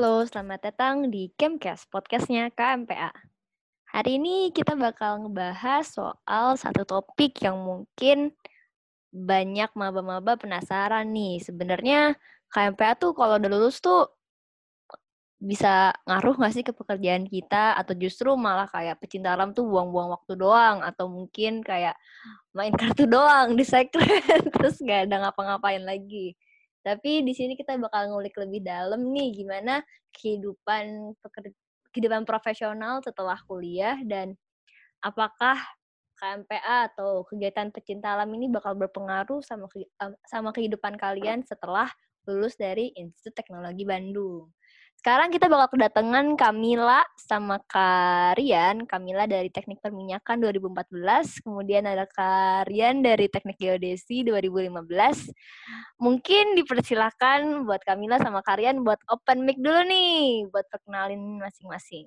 Halo, selamat datang di Camcast, podcastnya KMPA. Hari ini kita bakal ngebahas soal satu topik yang mungkin banyak maba-maba penasaran nih. Sebenarnya KMPA tuh kalau udah lulus tuh bisa ngaruh nggak sih ke pekerjaan kita? Atau justru malah kayak pecinta alam tuh buang-buang waktu doang? Atau mungkin kayak main kartu doang di sekret, terus nggak ada ngapa-ngapain lagi. Tapi di sini kita bakal ngulik lebih dalam nih gimana kehidupan profesional setelah kuliah dan apakah KMPA atau kegiatan pecinta alam ini bakal berpengaruh sama kehidupan kalian setelah lulus dari Institut Teknologi Bandung. Sekarang kita bakal kedatangan Kamila sama Karian. Kamila dari Teknik Perminyakan 2014, kemudian ada Karian dari Teknik Geodesi 2015. Mungkin dipersilakan buat Kamila sama Karian buat open mic dulu nih, buat perkenalin masing-masing.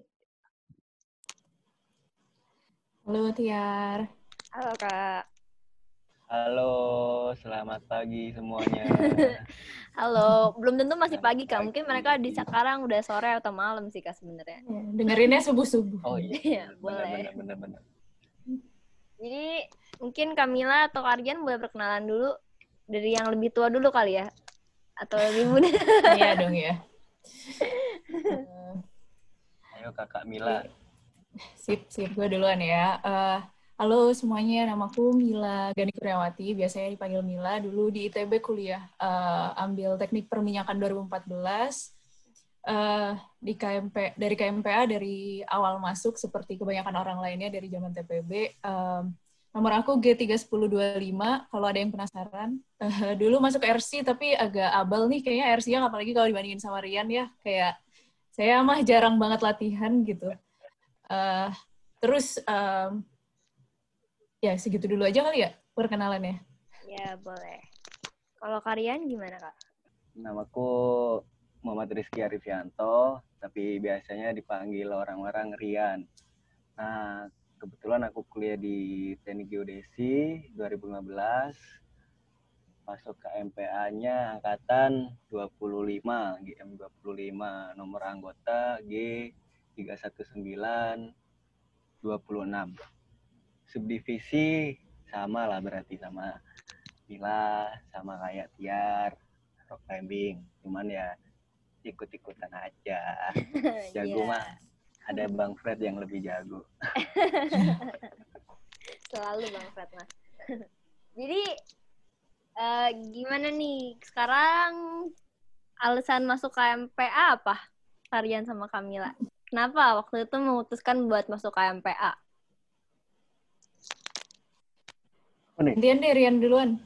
Halo Tiar. Halo Kak. Halo, selamat pagi semuanya. Halo, belum tentu masih Selamat pagi Kak, mungkin mereka di sekarang udah sore atau malam sih Kak sebenarnya. Ya, dengerinnya subuh-subuh. Oh iya, Iya, boleh. bener. Jadi mungkin Kamila atau Aryan boleh perkenalan dulu dari yang lebih tua dulu kali ya, atau lebih muda. Iya dong ya. Ayo Kakak Mila. Sip, gue duluan ya. Halo semuanya, namaku Mila Gani Kurniawati, biasanya dipanggil Mila. Dulu di ITB kuliah, ambil Teknik Perminyakan 2014. Dari KMPA dari awal masuk seperti kebanyakan orang lainnya dari zaman TPB. Nomor aku G31025, kalau ada yang penasaran. Dulu masuk RC tapi agak abal nih kayaknya RC-nya, apalagi kalau dibandingin sama Rian ya. Kayak saya mah jarang banget latihan gitu. Terus ya segitu dulu aja kali ya perkenalannya. Ya, boleh. Kalau Karian gimana Kak? Namaku Muhammad Rizky Arifianto, tapi biasanya dipanggil orang-orang Rian. Nah, kebetulan aku kuliah di Teknik Geodesi 2015. Masuk ke MPA-nya angkatan 25, GM25, nomor anggota G31926. Subdivisi sama lah berarti sama Mila, sama kayak Tiar, rock climbing. Cuman ya ikut-ikutan aja. Jago mah ada Bang Fred yang lebih jago. Selalu Bang Fred mas. Jadi gimana nih sekarang alasan masuk KMPA apa? Karian sama Kamila. Kenapa waktu itu memutuskan buat masuk KMPA? Gantian deh Rian duluan.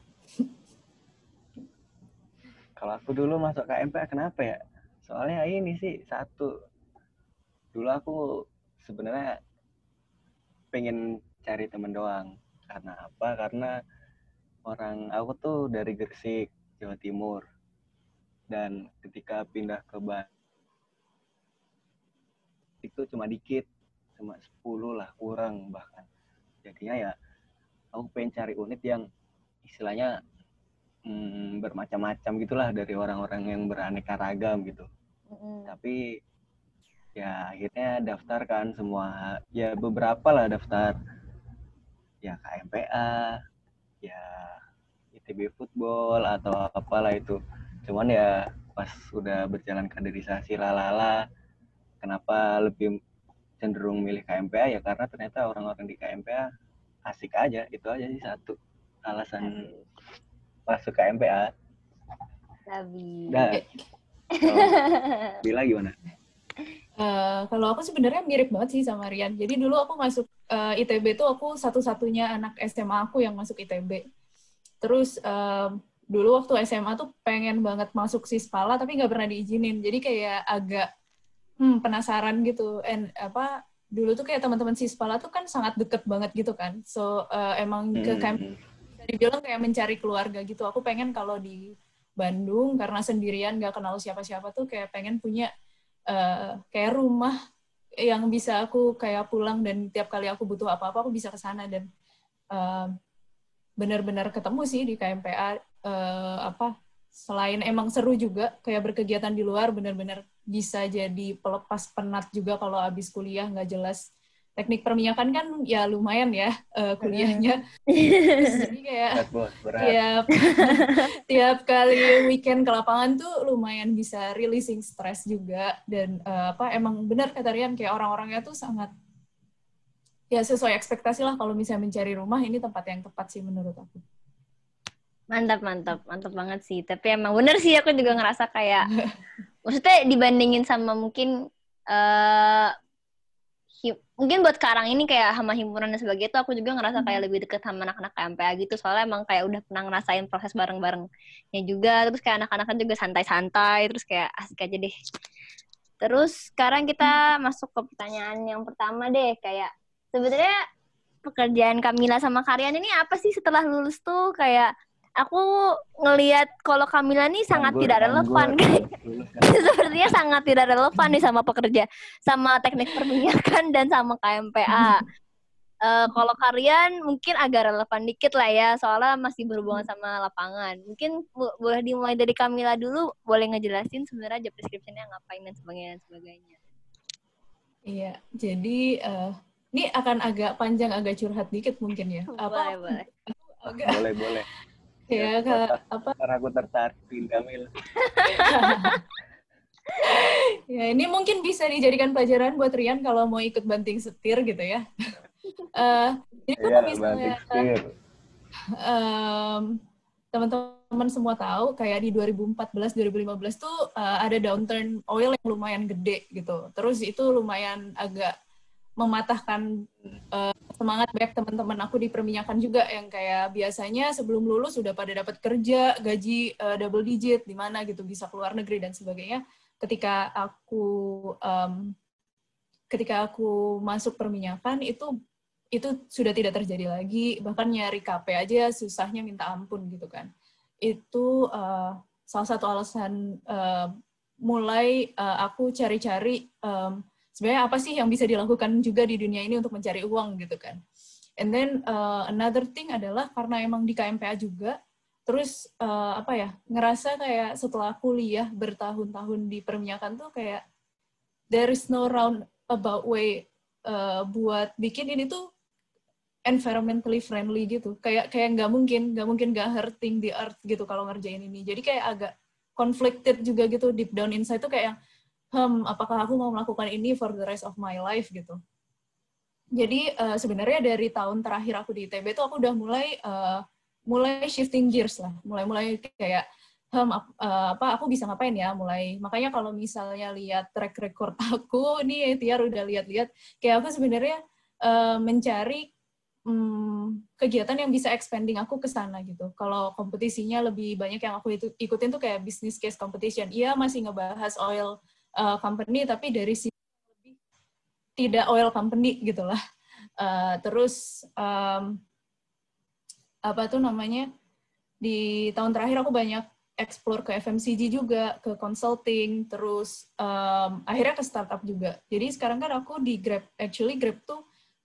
Kalau aku dulu masuk KMPA kenapa ya? Soalnya ini sih satu. Dulu aku sebenarnya pengen cari temen doang. Karena apa? Karena orang aku tuh dari Gresik, Jawa Timur. Dan ketika pindah ke Bandung itu cuma dikit, cuma 10 lah, kurang bahkan. Jadinya ya aku pengen cari unit yang istilahnya bermacam-macam gitulah, dari orang-orang yang beraneka ragam gitu. Tapi ya akhirnya daftar kan semua, ya beberapa lah daftar, ya KMPA, ya ITB Football atau apalah itu. Cuman ya pas udah berjalan kaderisasi lalala, kenapa lebih cenderung milih KMPA ya karena ternyata orang-orang di KMPA asik aja. Itu aja sih satu alasan masuk KMPA. Nah, Bila gimana? Kalau aku sebenarnya mirip banget sih sama Rian. Jadi dulu aku masuk ITB tuh aku satu-satunya anak SMA aku yang masuk ITB. Terus dulu waktu SMA tuh pengen banget masuk Sispala tapi nggak pernah diizinin. Jadi kayak agak penasaran gitu. Dulu tuh kayak teman-teman Sispala tuh kan sangat deket banget gitu kan. So emang bisa dibilang kayak mencari keluarga gitu. Aku pengen kalau di Bandung karena sendirian nggak kenal siapa-siapa tuh kayak pengen punya kayak rumah yang bisa aku kayak pulang dan tiap kali aku butuh apa-apa aku bisa ke sana. Dan benar-benar ketemu sih di KMPA. Selain emang seru juga kayak berkegiatan di luar, benar-benar bisa jadi pelepas penat juga kalau habis kuliah nggak jelas. Teknik perminyakan kan ya lumayan ya kuliahnya. Terus jadi kayak berat. tiap kali weekend ke lapangan tuh lumayan bisa releasing stress juga. Dan emang benar kata Rian, kayak orang-orangnya tuh sangat ya sesuai ekspektasi lah kalau misalnya mencari rumah, ini tempat yang tepat sih menurut aku. Mantap banget sih. Tapi emang bener sih, aku juga ngerasa kayak, maksudnya dibandingin sama mungkin mungkin buat sekarang ini kayak sama himpunan dan sebagainya tuh aku juga ngerasa kayak lebih deket sama anak-anak KMPA gitu, soalnya emang kayak udah pernah ngerasain proses bareng-barengnya juga, terus kayak anak-anaknya juga santai-santai, terus kayak asik aja deh. Terus sekarang kita masuk ke pertanyaan yang pertama deh, kayak sebenarnya pekerjaan Kamila sama Karian ini apa sih setelah lulus tuh? Kayak aku ngelihat kalau Kamila nih sangat tidak relevan, sepertinya sangat tidak relevan nih sama sama teknik perminyakan dan sama KMPA. Kalau Karian mungkin agak relevan dikit lah ya, soalnya masih berhubungan sama lapangan. Mungkin boleh dimulai dari Kamila dulu, boleh ngejelasin sebenarnya job description-nya ngapain dan sebagainya. Iya, jadi ini akan agak panjang, agak curhat dikit mungkin ya. Boleh. Boleh. Ya, karena aku tertarik di Kamila. Ya, ini mungkin bisa dijadikan pelajaran buat Rian kalau mau ikut banting setir gitu ya. Jadi kalau misalnya teman-teman semua tahu, kayak di 2014-2015 tuh ada downturn oil yang lumayan gede gitu. Terus itu lumayan agak mematahkan semangat banyak teman-teman aku di perminyakan juga, yang kayak biasanya sebelum lulus sudah pada dapat kerja, gaji double digit, di mana gitu, bisa keluar negeri dan sebagainya. Ketika aku masuk perminyakan, itu sudah tidak terjadi lagi, bahkan nyari KP aja susahnya minta ampun gitu kan. Itu salah satu alasan mulai aku cari-cari sebenarnya apa sih yang bisa dilakukan juga di dunia ini untuk mencari uang gitu kan. And then another thing adalah karena emang di KMPA juga, terus ngerasa kayak setelah kuliah bertahun-tahun di perminyakan tuh kayak there is no roundabout way buat bikin ini tuh environmentally friendly gitu. Kayak nggak mungkin nggak hurting the earth gitu kalau ngerjain ini. Jadi kayak agak conflicted juga gitu, deep down inside tuh kayak apakah aku mau melakukan ini for the rest of my life gitu. Jadi sebenarnya dari tahun terakhir aku di ITB tuh aku udah mulai shifting gears lah, mulai kayak aku bisa ngapain ya, makanya kalau misalnya lihat track record aku nih, Tiar udah lihat kayak aku sebenarnya mencari kegiatan yang bisa expanding aku ke sana gitu. Kalau kompetisinya lebih banyak yang aku ikutin tuh kayak business case competition. Iya, masih ngebahas oil company, tapi dari sisi lebih tidak oil company gitulah. Terus di tahun terakhir aku banyak explore ke FMCG juga, ke consulting, terus akhirnya ke startup juga. Jadi sekarang kan aku di Grab, actually Grab tuh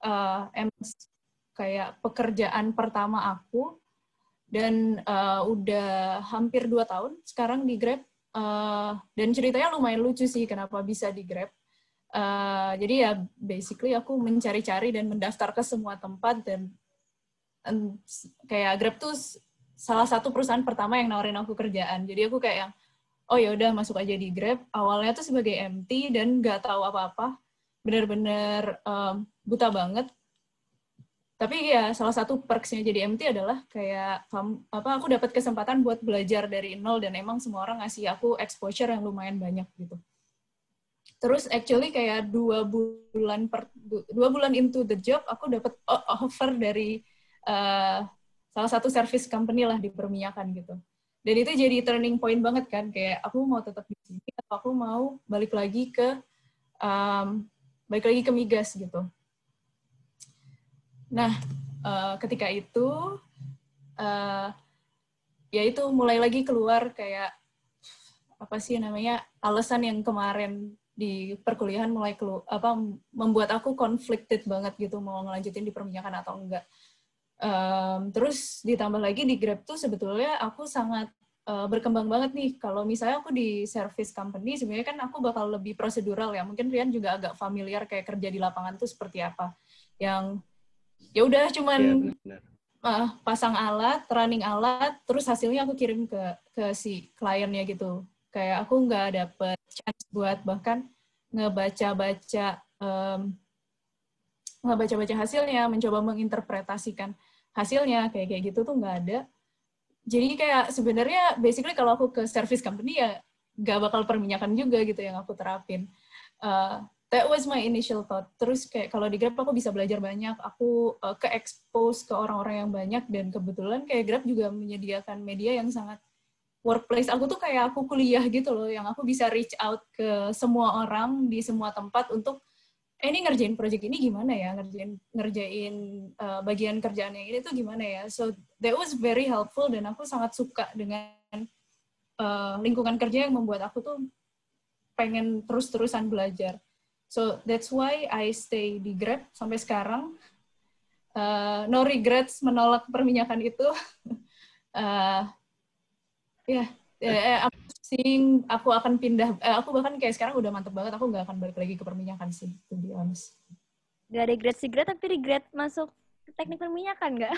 kayak pekerjaan pertama aku, dan udah hampir 2 tahun sekarang di Grab. Dan ceritanya lumayan lucu sih kenapa bisa di Grab. Jadi ya basically aku mencari-cari dan mendaftar ke semua tempat, dan kayak Grab tuh salah satu perusahaan pertama yang nawarin aku kerjaan. Jadi aku kayak yang, oh ya udah masuk aja di Grab. Awalnya tuh sebagai MT dan nggak tahu apa-apa, bener-bener buta banget. Tapi ya salah satu perks-nya jadi MT adalah kayak aku dapat kesempatan buat belajar dari nol, dan emang semua orang ngasih aku exposure yang lumayan banyak gitu. Terus actually kayak 2 bulan into the job aku dapat offer dari salah satu service company lah di perminyakan gitu. Dan itu jadi turning point banget kan, kayak aku mau tetap di sini atau aku mau balik lagi ke migas gitu. Nah, ketika itu, ya itu mulai lagi keluar kayak, alasan yang kemarin di perkuliahan mulai membuat aku conflicted banget gitu, mau ngelanjutin di perminyakan atau enggak. Terus ditambah lagi di Grab tuh sebetulnya aku sangat berkembang banget nih. Kalau misalnya aku di service company, sebenarnya kan aku bakal lebih prosedural ya. Mungkin Rian juga agak familiar kayak kerja di lapangan tuh seperti apa. Yang ya udah cuman pasang alat, running alat, terus hasilnya aku kirim ke si kliennya gitu. Kayak aku nggak dapet chance buat bahkan ngebaca-baca hasilnya, mencoba menginterpretasikan hasilnya, kayak gitu tuh nggak ada. Jadi kayak sebenarnya basically kalau aku ke service company ya nggak bakal perminyakan juga gitu yang aku terapin. That was my initial thought. Terus kayak kalau di Grab aku bisa belajar banyak, aku ke-expose ke orang-orang yang banyak, dan kebetulan kayak Grab juga menyediakan media yang sangat workplace. Aku tuh kayak aku kuliah gitu loh, yang aku bisa reach out ke semua orang di semua tempat untuk ini ngerjain project ini gimana ya, ngerjain bagian kerjaan yang ini tuh gimana ya. So that was very helpful, dan aku sangat suka dengan lingkungan kerja yang membuat aku tuh pengen terus-terusan belajar. So that's why I stay di Grab sampai sekarang. No regrets menolak perminyakan itu. Aku akan pindah. Aku bahkan kayak sekarang udah mantep banget. Aku nggak akan balik lagi ke perminyakan sih, to be honest. Gak regret tapi regret masuk teknik perminyakan nggak?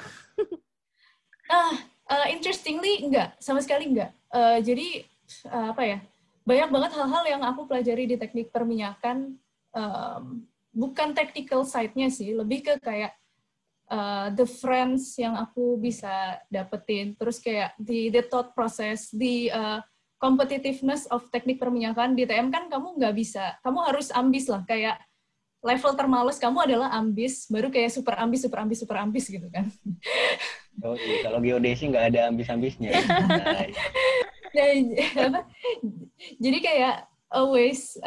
Interestingly enggak, sama sekali enggak. Jadi apa ya? Banyak banget hal-hal yang aku pelajari di teknik perminyakan, bukan technical side-nya sih, lebih ke kayak the friends yang aku bisa dapetin, terus kayak the thought process, the competitiveness of teknik perminyakan. Di TM kan kamu nggak bisa, kamu harus ambis lah, kayak level termales kamu adalah ambis, baru kayak super ambis gitu kan. Oh iya, kalau geodesi nggak ada ambis-ambisnya. Jadi kayak always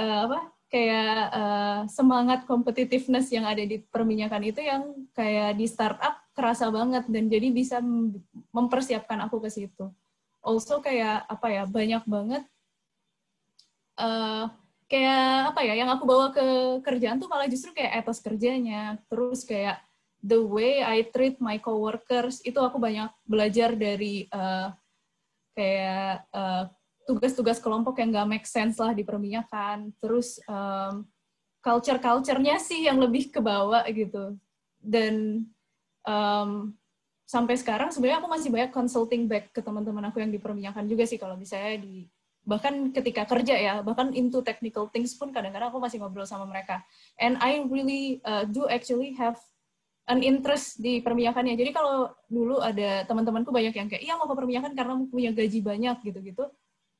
semangat competitiveness yang ada di perminyakan itu yang kayak di startup kerasa banget, dan jadi bisa mempersiapkan aku ke situ. Also kayak banyak banget yang aku bawa ke kerjaan tuh malah justru kayak etos kerjanya, terus kayak the way I treat my coworkers, itu aku banyak belajar dari tugas-tugas kelompok yang nggak make sense lah di perminyakan. Terus culture-nya sih yang lebih ke bawah gitu. Dan sampai sekarang sebenarnya aku masih banyak consulting back ke teman-teman aku yang di perminyakan juga sih, kalau misalnya bahkan ketika kerja ya, bahkan into technical things pun kadang-kadang aku masih ngobrol sama mereka. And I really do actually have an interest di perminyakannya. Jadi kalau dulu ada teman-temanku banyak yang kayak, iya mau ke perminyakan karena punya gaji banyak gitu-gitu.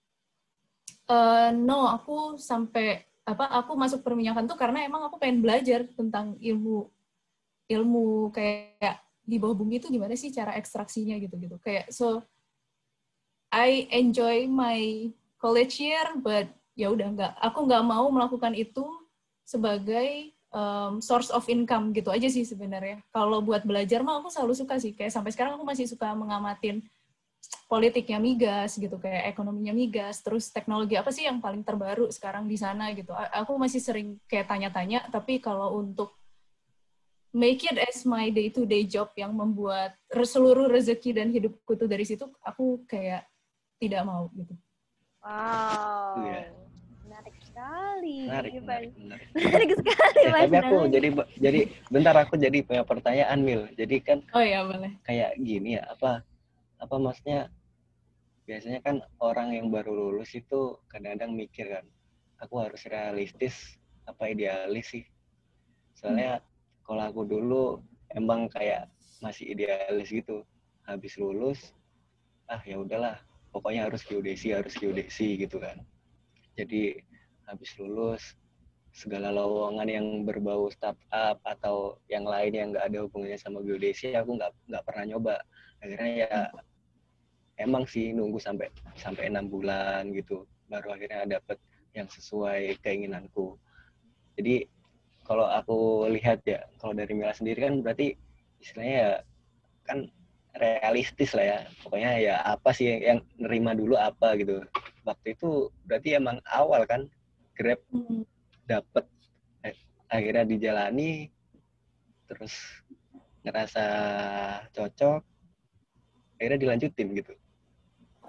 No, aku masuk perminyakan tuh karena emang aku pengen belajar tentang ilmu kayak di bawah bumi itu gimana sih cara ekstraksinya gitu-gitu. Kayak so I enjoy my college year, but ya udah aku nggak mau melakukan itu sebagai source of income gitu aja sih sebenarnya. Kalau buat belajar mah aku selalu suka sih. Kayak sampai sekarang aku masih suka mengamatin politiknya migas gitu, kayak ekonominya migas, terus teknologi apa sih yang paling terbaru sekarang di sana gitu. Aku masih sering kayak tanya-tanya, tapi kalau untuk make it as my day-to-day job yang membuat seluruh rezeki dan hidupku tuh dari situ, aku kayak tidak mau gitu. Wow. Yeah. Menarik sekali. Menarik sekali, Mas. Tapi aku jadi bentar, aku jadi punya pertanyaan, Mil. Jadi kan oh ya boleh. Kayak gini ya, apa maksudnya, biasanya kan orang yang baru lulus itu kadang-kadang mikir kan, aku harus realistis apa idealis sih. Soalnya kalau aku dulu emang kayak masih idealis gitu. Habis lulus, ya udahlah, pokoknya harus geodesi gitu kan. Jadi habis lulus, segala lowongan yang berbau startup atau yang lain yang nggak ada hubungannya sama geodesi, aku nggak pernah nyoba. Akhirnya ya emang sih nunggu sampai 6 bulan gitu, baru akhirnya dapet yang sesuai keinginanku. Jadi kalau aku lihat ya, kalau dari Mila sendiri kan berarti istilahnya ya kan realistis lah ya. Pokoknya ya apa sih yang nerima dulu apa gitu. Waktu itu berarti emang awal kan Grab dapet, akhirnya dijalani, terus ngerasa cocok, akhirnya dilanjutin gitu.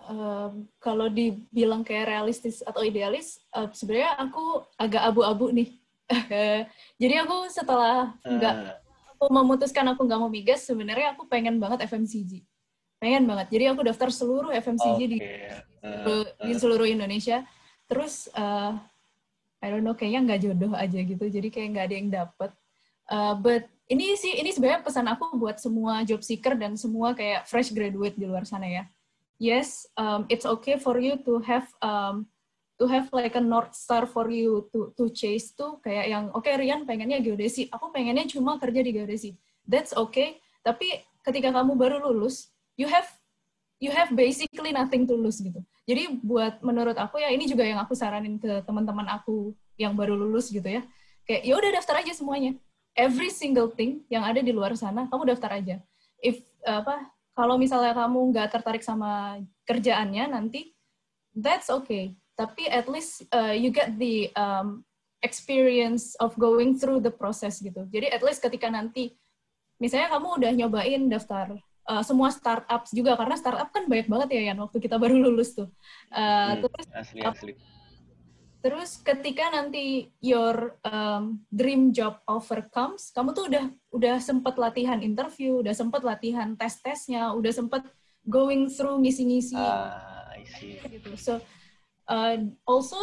Kalau dibilang kayak realistis atau idealis, sebenarnya aku agak abu-abu nih. Jadi aku setelah aku memutuskan aku nggak mau migas, sebenarnya aku pengen banget FMCG. Pengen banget. Jadi aku daftar seluruh FMCG di seluruh Indonesia. Terus, I don't know, kayaknya nggak jodoh aja gitu. Jadi kayak nggak ada yang dapet. But ini sebenarnya pesan aku buat semua job seeker dan semua kayak fresh graduate di luar sana ya. Yes, it's okay for you to have like a north star for you to chase tuh, kayak yang Rian pengennya geodesi, aku pengennya cuma kerja di geodesi. That's okay. Tapi ketika kamu baru lulus, you have basically nothing to lose gitu. Jadi menurut aku ya, ini juga yang aku saranin ke teman-teman aku yang baru lulus gitu ya. Kayak ya udah daftar aja semuanya. Every single thing yang ada di luar sana, kamu daftar aja. Kalau misalnya kamu nggak tertarik sama kerjaannya nanti, that's okay. Tapi at least you get the experience of going through the process gitu. Jadi at least ketika nanti, misalnya kamu udah nyobain daftar semua startup juga, karena startup kan banyak banget ya Yan, waktu kita baru lulus tuh. Asli. Terus ketika nanti your dream job offer comes, kamu tuh udah sempet latihan interview, udah sempet latihan tes-tesnya, udah sempet going through ngisi-ngisi. I see. Gitu. So also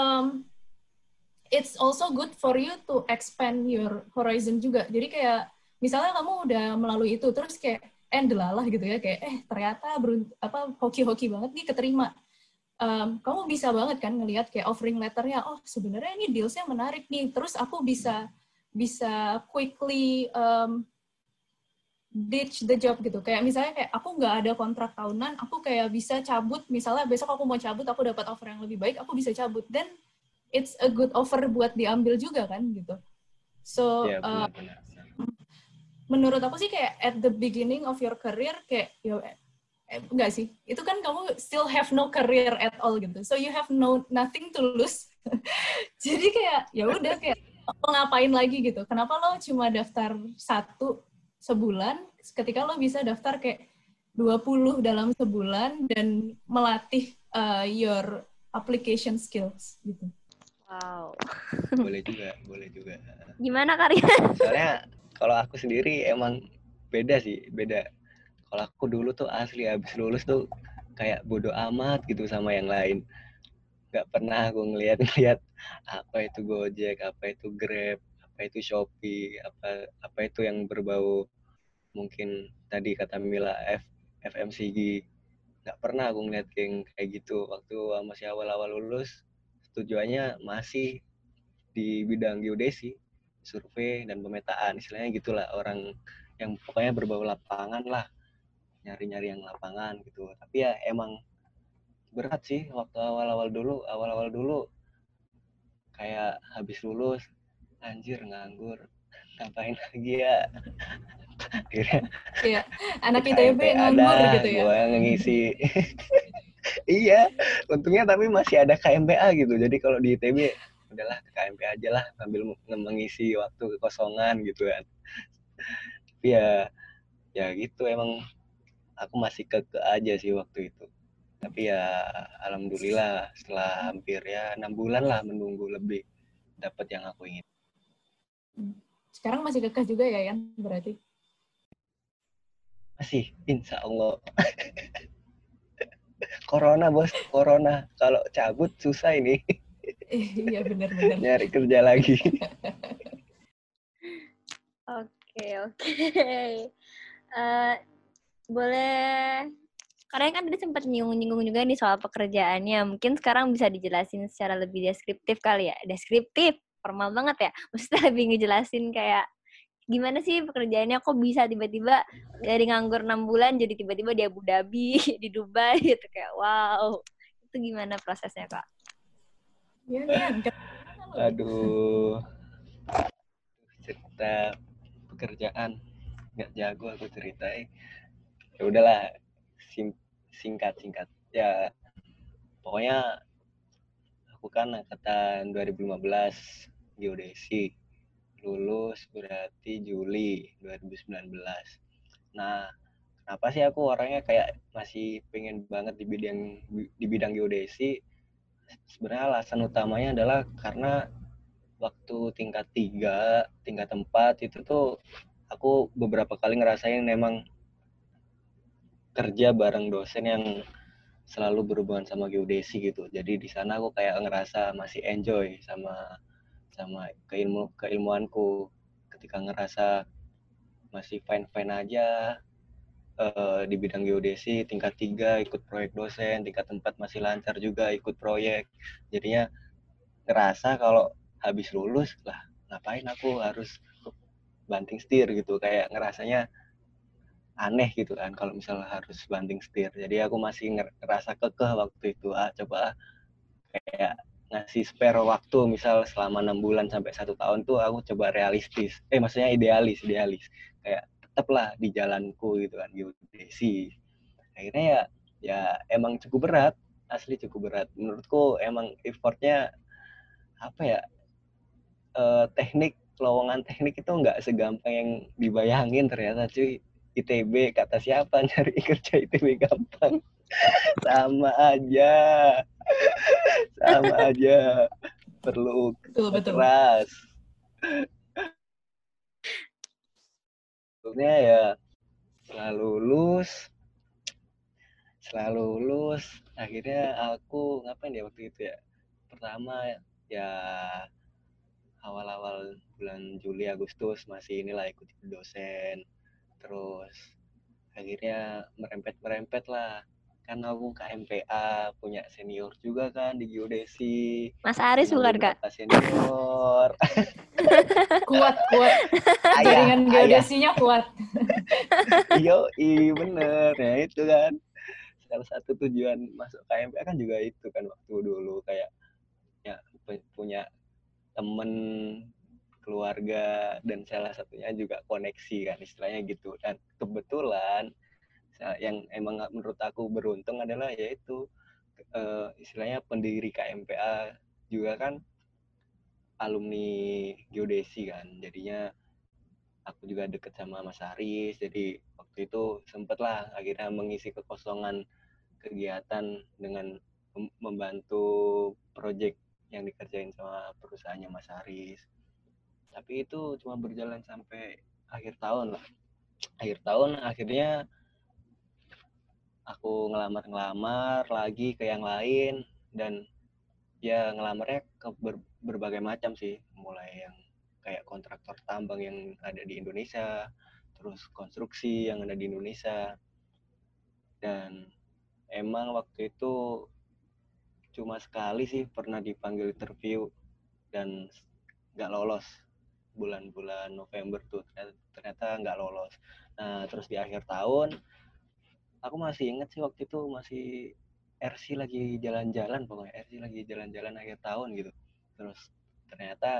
it's also good for you to expand your horizon juga. Jadi kayak misalnya kamu udah melalui itu, terus kayak delalah gitu ya, kayak ternyata hoki-hoki banget nih keterima. Kamu bisa banget kan ngelihat kayak offering letternya, oh sebenarnya ini deals-nya menarik nih, terus aku bisa quickly ditch the job gitu. Kayak misalnya kayak aku nggak ada kontrak tahunan, aku kayak bisa cabut, misalnya besok aku mau cabut, aku dapat offer yang lebih baik, aku bisa cabut. Then it's a good offer buat diambil juga kan gitu. So benar. Menurut aku sih kayak at the beginning of your career kayak enggak sih, itu kan kamu still have no career at all gitu, so you have nothing to lose. Jadi kayak ya udah, kayak lo ngapain lagi gitu, kenapa lo cuma daftar 1 sebulan ketika lo bisa daftar kayak 20 dalam sebulan dan melatih your application skills gitu. Wow. Boleh juga. Gimana Karya? Soalnya kalau aku sendiri emang beda. Kalau aku dulu tuh asli habis lulus tuh kayak bodo amat gitu sama yang lain. Gak pernah aku ngeliat apa itu Gojek, apa itu Grab, apa itu Shopee, apa itu yang berbau mungkin tadi kata Mila FMCG. Gak pernah aku ngeliat kayak gitu. Waktu masih awal-awal lulus, tujuannya masih di bidang geodesi, survei dan pemetaan, istilahnya gitulah, orang yang pokoknya berbau lapangan lah, nyari-nyari yang lapangan gitu. Tapi ya emang berat sih waktu awal-awal dulu kayak habis lulus anjir nganggur, ngapain lagi ya. Akhirnya Iya, anak ITB nganggur gitu ya. Gue ngisi. Iya, untungnya tapi masih ada KMPA gitu. Jadi kalau di ITB udahlah ke KMPA aja lah sambil mengisi waktu kekosongan gitu kan. Tapi ya gitu, emang aku masih keke aja sih waktu itu. Tapi ya alhamdulillah setelah hampir 6 bulan lah menunggu lebih dapat yang aku ingin. Sekarang masih kekeh juga ya Yan berarti? Masih, insya Allah. Corona bos, corona. Kalau cabut susah ini. Iya benar-benar. Nyari kerja lagi. Oke. Boleh, karena kan tadi sempat nyinggung juga nih soal pekerjaannya. Mungkin sekarang bisa dijelasin secara lebih deskriptif kali ya. Deskriptif, formal banget ya. Maksudnya lebih ngejelasin kayak gimana sih pekerjaannya, kok bisa tiba-tiba dari nganggur 6 bulan jadi tiba-tiba di Abu Dhabi, di Dubai gitu, kayak wow. Itu gimana prosesnya, Kak? Ya. Aduh. Cerita pekerjaan nggak jago aku ceritain. Ya udahlah, singkat ya. Pokoknya aku kan angkatan 2015 geodesi, lulus berarti Juli 2019. Nah, Kenapa sih aku orangnya kayak masih pengen banget di bidang geodesi? Sebenarnya alasan utamanya adalah karena waktu tingkat 3, tingkat 4 itu tuh aku beberapa kali ngerasain memang kerja bareng dosen yang selalu berhubungan sama geodesi gitu. Jadi di sana aku kayak ngerasa masih enjoy sama keilmuanku. Ketika ngerasa masih fine-fine aja di bidang geodesi, tingkat 3 ikut proyek dosen, tingkat 4 masih lancar juga ikut proyek. Jadinya ngerasa kalau habis lulus lah ngapain aku harus banting setir gitu, kayak ngerasanya aneh gitu kan kalau misalnya harus banting setir. Jadi aku masih ngerasa kekeh waktu itu, coba kayak ngasih spare waktu misal selama 6 bulan sampai 1 tahun tuh aku coba realistis, maksudnya idealis kayak tetaplah di jalanku gitu kan geodesi. Akhirnya ya emang cukup berat, asli cukup berat menurutku. Emang effortnya apa ya, lowongan teknik itu nggak segampang yang dibayangin ternyata cuy. ITB kata siapa nyari kerja ITB gampang? sama aja sama aja, perlu Betul. keras. Sebenarnya ya setelah lulus akhirnya aku ngapain ya waktu itu ya. Pertama ya awal-awal bulan Juli Agustus masih inilah ikut dosen, terus akhirnya merempet lah kan aku KMPA, punya senior juga kan di geodesi, Mas Aris kenal bukan, Kak? beberapa senior. Kuat. Jaringan geodesinya kuat. Iya bener ya, itu kan salah satu tujuan masuk KMPA kan juga itu kan waktu dulu, kayak ya punya temen, keluarga, dan salah satunya juga koneksi kan istilahnya gitu. Dan kebetulan yang emang menurut aku beruntung adalah yaitu istilahnya pendiri KMPA juga kan alumni geodesi kan, jadinya aku juga deket sama Mas Haris. Jadi waktu itu sempet lah akhirnya mengisi kekosongan kegiatan dengan membantu project yang dikerjain sama perusahaannya Mas Haris. Tapi itu cuma berjalan sampai akhir tahun lah. Akhir tahun akhirnya aku ngelamar lagi ke yang lain, dan ya ngelamarnya ke berbagai macam sih, mulai yang kayak kontraktor tambang yang ada di Indonesia, terus konstruksi yang ada di Indonesia. Dan emang waktu itu cuma sekali sih pernah dipanggil interview dan nggak lolos, bulan-bulan November tuh ternyata nggak lolos. Nah terus di akhir tahun aku masih inget sih waktu itu masih RC lagi jalan-jalan, pokoknya RC lagi jalan-jalan akhir tahun gitu. Terus ternyata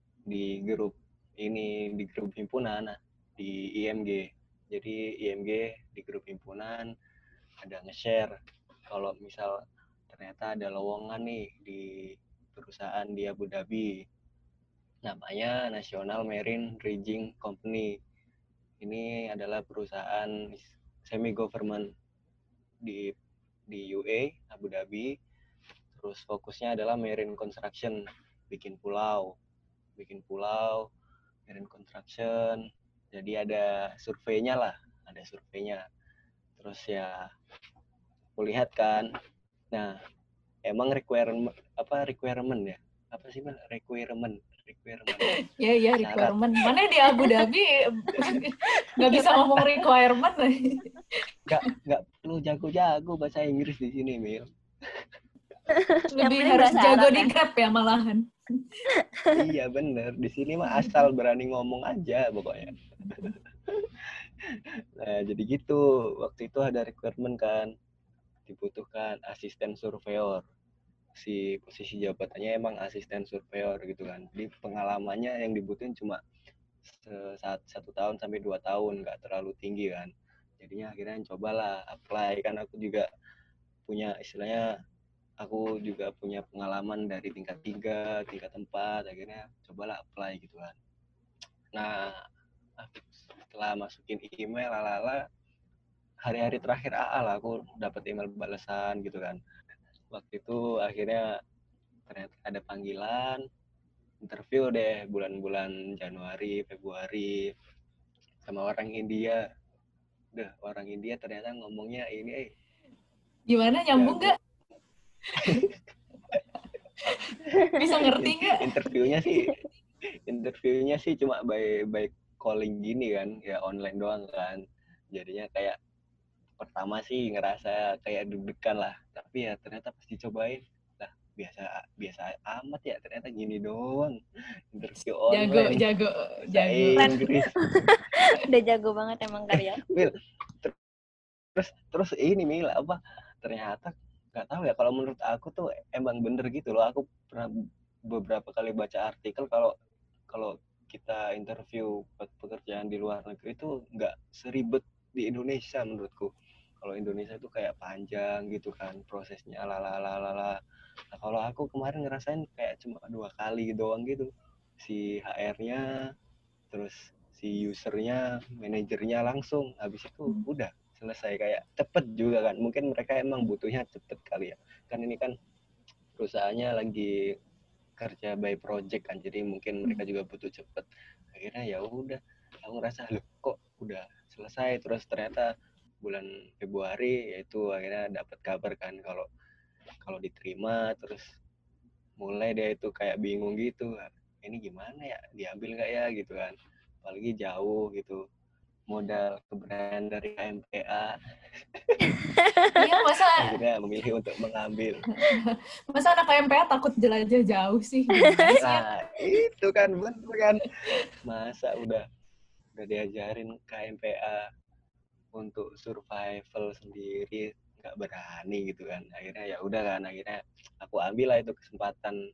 di grup himpunan, di IMG. Jadi IMG di grup himpunan ada nge-share kalau misal ternyata ada lowongan nih di perusahaan di Abu Dhabi, namanya National Marine Dredging Company. Ini adalah perusahaan semi government di UAE, Abu Dhabi. Terus fokusnya adalah marine construction, bikin pulau, marine construction. Jadi ada surveinya lah, Terus ya aku lihat kan, nah emang requirement ya? Apa sih Mas? Requirement. Iya, requirement. Mana di Abu Dhabi nggak bisa ngomong requirement. Nggak perlu jago-jago bahasa Inggris di sini, Mil. Lebih harus jago di Grab ya malahan. Iya bener, di sini mah asal berani ngomong aja pokoknya. Nah jadi gitu, waktu itu ada requirement kan, dibutuhkan asisten surveyor. Si posisi jabatannya emang asisten surveyor gitu kan. Jadi pengalamannya yang dibutuhin cuma 1 tahun sampai 2 tahun, nggak terlalu tinggi kan. Jadinya akhirnya cobalah apply, kan aku juga punya istilahnya, aku juga punya pengalaman dari tingkat 3, tingkat 4, akhirnya cobalah apply gitu kan. Nah setelah masukin email hari-hari terakhir AA lah aku dapat email balasan gitu kan. Waktu itu akhirnya ternyata ada panggilan interview deh bulan-bulan Januari, Februari sama orang India. Orang India ternyata ngomongnya ini Gimana, nyambung nggak? Bisa ngerti nggak? Interviewnya sih cuma by calling gini kan, ya online doang kan. Jadinya kayak pertama sih ngerasa kayak deg-degan lah, tapi ya ternyata pas dicobain lah biasa amat ya, ternyata gini doang interview online. Jago. Inggris. Udah jago banget emang Karya. Mil, terus ini Mil apa? Ternyata nggak tahu ya, kalau menurut aku tuh emang bener gitu loh. Aku pernah beberapa kali baca artikel kalau kita interview pekerjaan di luar negeri itu nggak seribet di Indonesia menurutku. Kalau Indonesia itu kayak panjang gitu kan prosesnya, Nah, kalau aku kemarin ngerasain kayak cuma 2 kali doang gitu. Si HR-nya, terus si usernya, manajernya langsung. Habis itu udah selesai, kayak cepet juga kan. Mungkin mereka emang butuhnya cepet kali ya. Kan ini kan perusahaannya lagi kerja by project kan, jadi mungkin mereka juga butuh cepet. Akhirnya ya udah, aku ngerasa loh kok udah selesai. Terus ternyata bulan Februari yaitu akhirnya dapat kabar kan kalau diterima. Terus mulai dia itu kayak bingung gitu, ini gimana ya, diambil nggak ya gitu kan, apalagi jauh gitu, modal keberanian dari KMPA. Iya, masa akhirnya memilih untuk mengambil. Masa anak KMPA takut jelajah jauh sih? Nah, itu kan bener kan. Masa udah diajarin KMPA untuk survival sendiri nggak berani gitu kan. Akhirnya ya udah kan, akhirnya aku ambil lah itu kesempatan.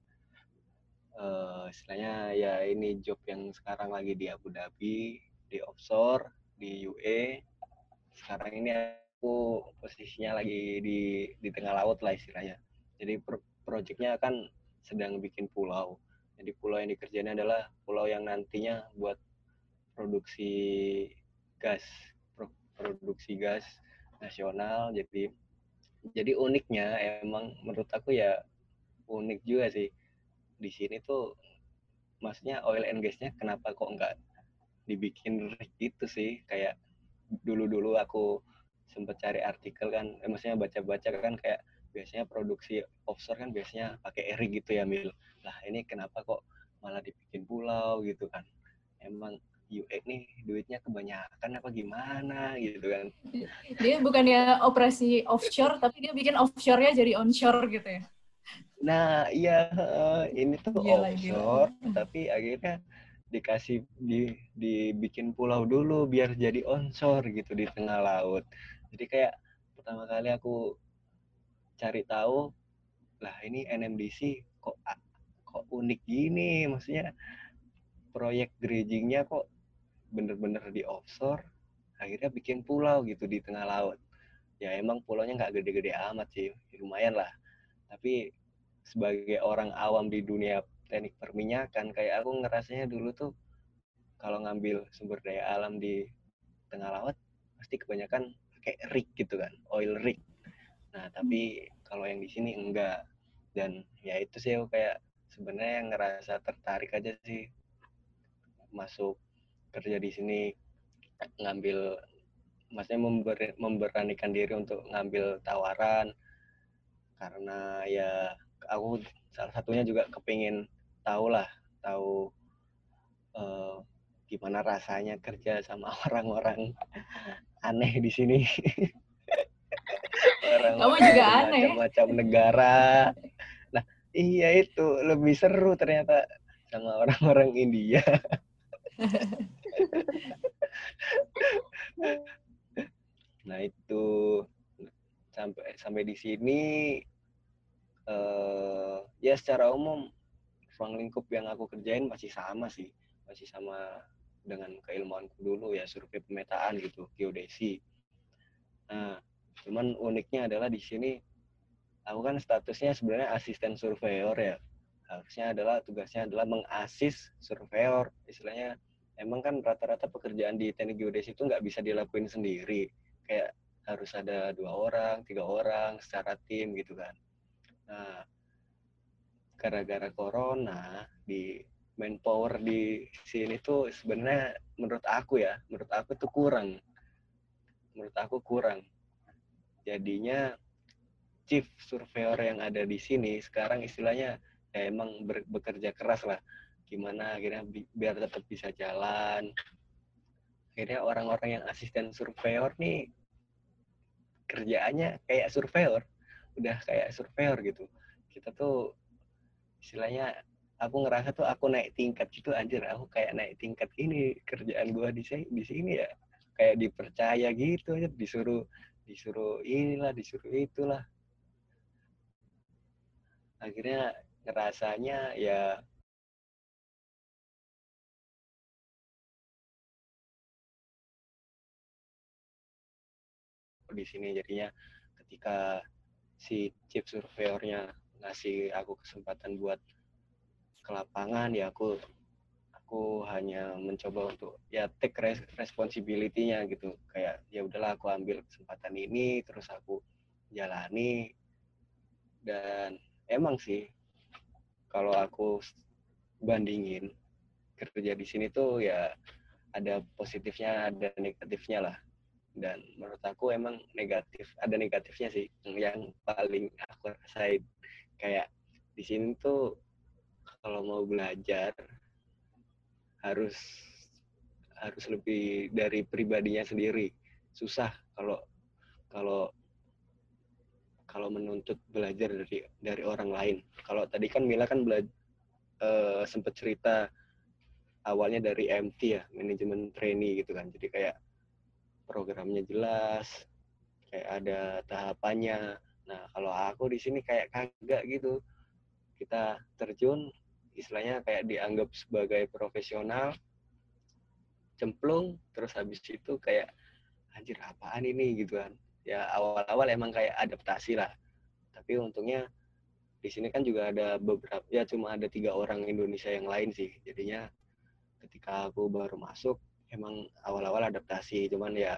Istilahnya ya ini job yang sekarang lagi di Abu Dhabi, di offshore, di UAE. Sekarang ini aku posisinya lagi di tengah laut lah istilahnya. Jadi proyeknya kan sedang bikin pulau. Jadi pulau yang dikerjain adalah pulau yang nantinya buat produksi gas, produksi gas nasional. Jadi uniknya emang menurut aku ya unik juga sih. Di sini tuh maksudnya oil and gasnya kenapa kok nggak dibikin rig gitu sih, kayak dulu aku sempat cari artikel kan, maksudnya baca-baca kan kayak biasanya produksi offshore kan biasanya pakai rig gitu ya Mil. Lah ini kenapa kok malah dibikin pulau gitu kan, emang UX nih duitnya kebanyakan apa gimana gitu kan. Dia bukannya operasi offshore, tapi dia bikin offshore-nya jadi onshore gitu ya? Nah iya, ini tuh offshore Gila. tapi akhirnya dikasih dibikin pulau dulu biar jadi onshore gitu di tengah laut. Jadi kayak pertama kali aku cari tahu, lah ini NMDC kok unik gini, maksudnya proyek dredgingnya kok bener-bener di offshore, akhirnya bikin pulau gitu di tengah laut. Ya emang pulaunya nggak gede-gede amat sih, lumayan lah. Tapi sebagai orang awam di dunia teknik perminyakan, kayak aku ngerasanya dulu tuh kalau ngambil sumber daya alam di tengah laut pasti kebanyakan kayak rig gitu kan, oil rig. Nah tapi kalau yang di sini enggak. Dan ya itu sih aku kayak sebenarnya ngerasa tertarik aja sih masuk kerja di sini, ngambil, maksudnya memberanikan diri untuk ngambil tawaran, karena ya aku salah satunya juga kepingin tahu uh, gimana rasanya kerja sama orang-orang aneh di sini. Kamu Orang-orang juga dari aneh. macam-macam negara. Nah, iya itu lebih seru ternyata sama orang-orang India. Nah, itu sampai di sini ya secara umum ruang lingkup yang aku kerjain masih sama sih. Masih sama dengan keilmuanku dulu ya, survei pemetaan gitu, geodesi. Nah, cuman uniknya adalah di sini aku kan statusnya sebenarnya asisten surveyor ya. Harusnya tugasnya adalah mengasis surveyor. Istilahnya emang kan rata-rata pekerjaan di teknik geodesi itu nggak bisa dilakuin sendiri. Kayak harus ada 2 orang, 3 orang secara tim gitu kan. Nah, gara-gara corona di manpower di sini tuh sebenarnya menurut aku tuh kurang. Menurut aku kurang. Jadinya chief surveyor yang ada di sini sekarang istilahnya ya emang bekerja keras lah. Gimana akhirnya biar tetap bisa jalan. Akhirnya orang-orang yang asisten surveyor nih kerjaannya kayak surveyor. Udah kayak surveyor gitu. Kita tuh istilahnya aku ngerasa tuh aku naik tingkat gitu, anjir aku kayak naik tingkat ini kerjaan gua di sini ya, kayak dipercaya gitu aja, disuruh inilah disuruh itulah, akhirnya ngerasanya ya di sini. Jadinya ketika si chief surveyornya ngasih aku kesempatan buat ke lapangan ya aku hanya mencoba untuk ya take responsibility-nya gitu, kayak ya udahlah aku ambil kesempatan ini terus aku jalani. Dan emang sih kalau aku bandingin kerja di sini tuh ya ada positifnya ada negatifnya lah, dan menurut aku emang ada negatifnya sih yang paling aku rasain. Kayak di sini tuh kalau mau belajar harus lebih dari pribadinya sendiri. Susah kalau kalau kalau menuntut belajar dari orang lain. Kalau tadi kan Mila kan sempat cerita awalnya dari MT ya, manajemen trainee gitu kan. Jadi kayak programnya jelas, kayak ada tahapannya. Nah, kalau aku di sini kayak kagak gitu. Kita terjun istilahnya kayak dianggap sebagai profesional, cemplung, terus habis itu kayak anjir apaan ini gitu kan. Ya awal-awal emang kayak adaptasi lah. Tapi untungnya di sini kan juga ada beberapa, ya cuma ada 3 orang Indonesia yang lain sih. Jadinya ketika aku baru masuk emang awal-awal adaptasi, cuman ya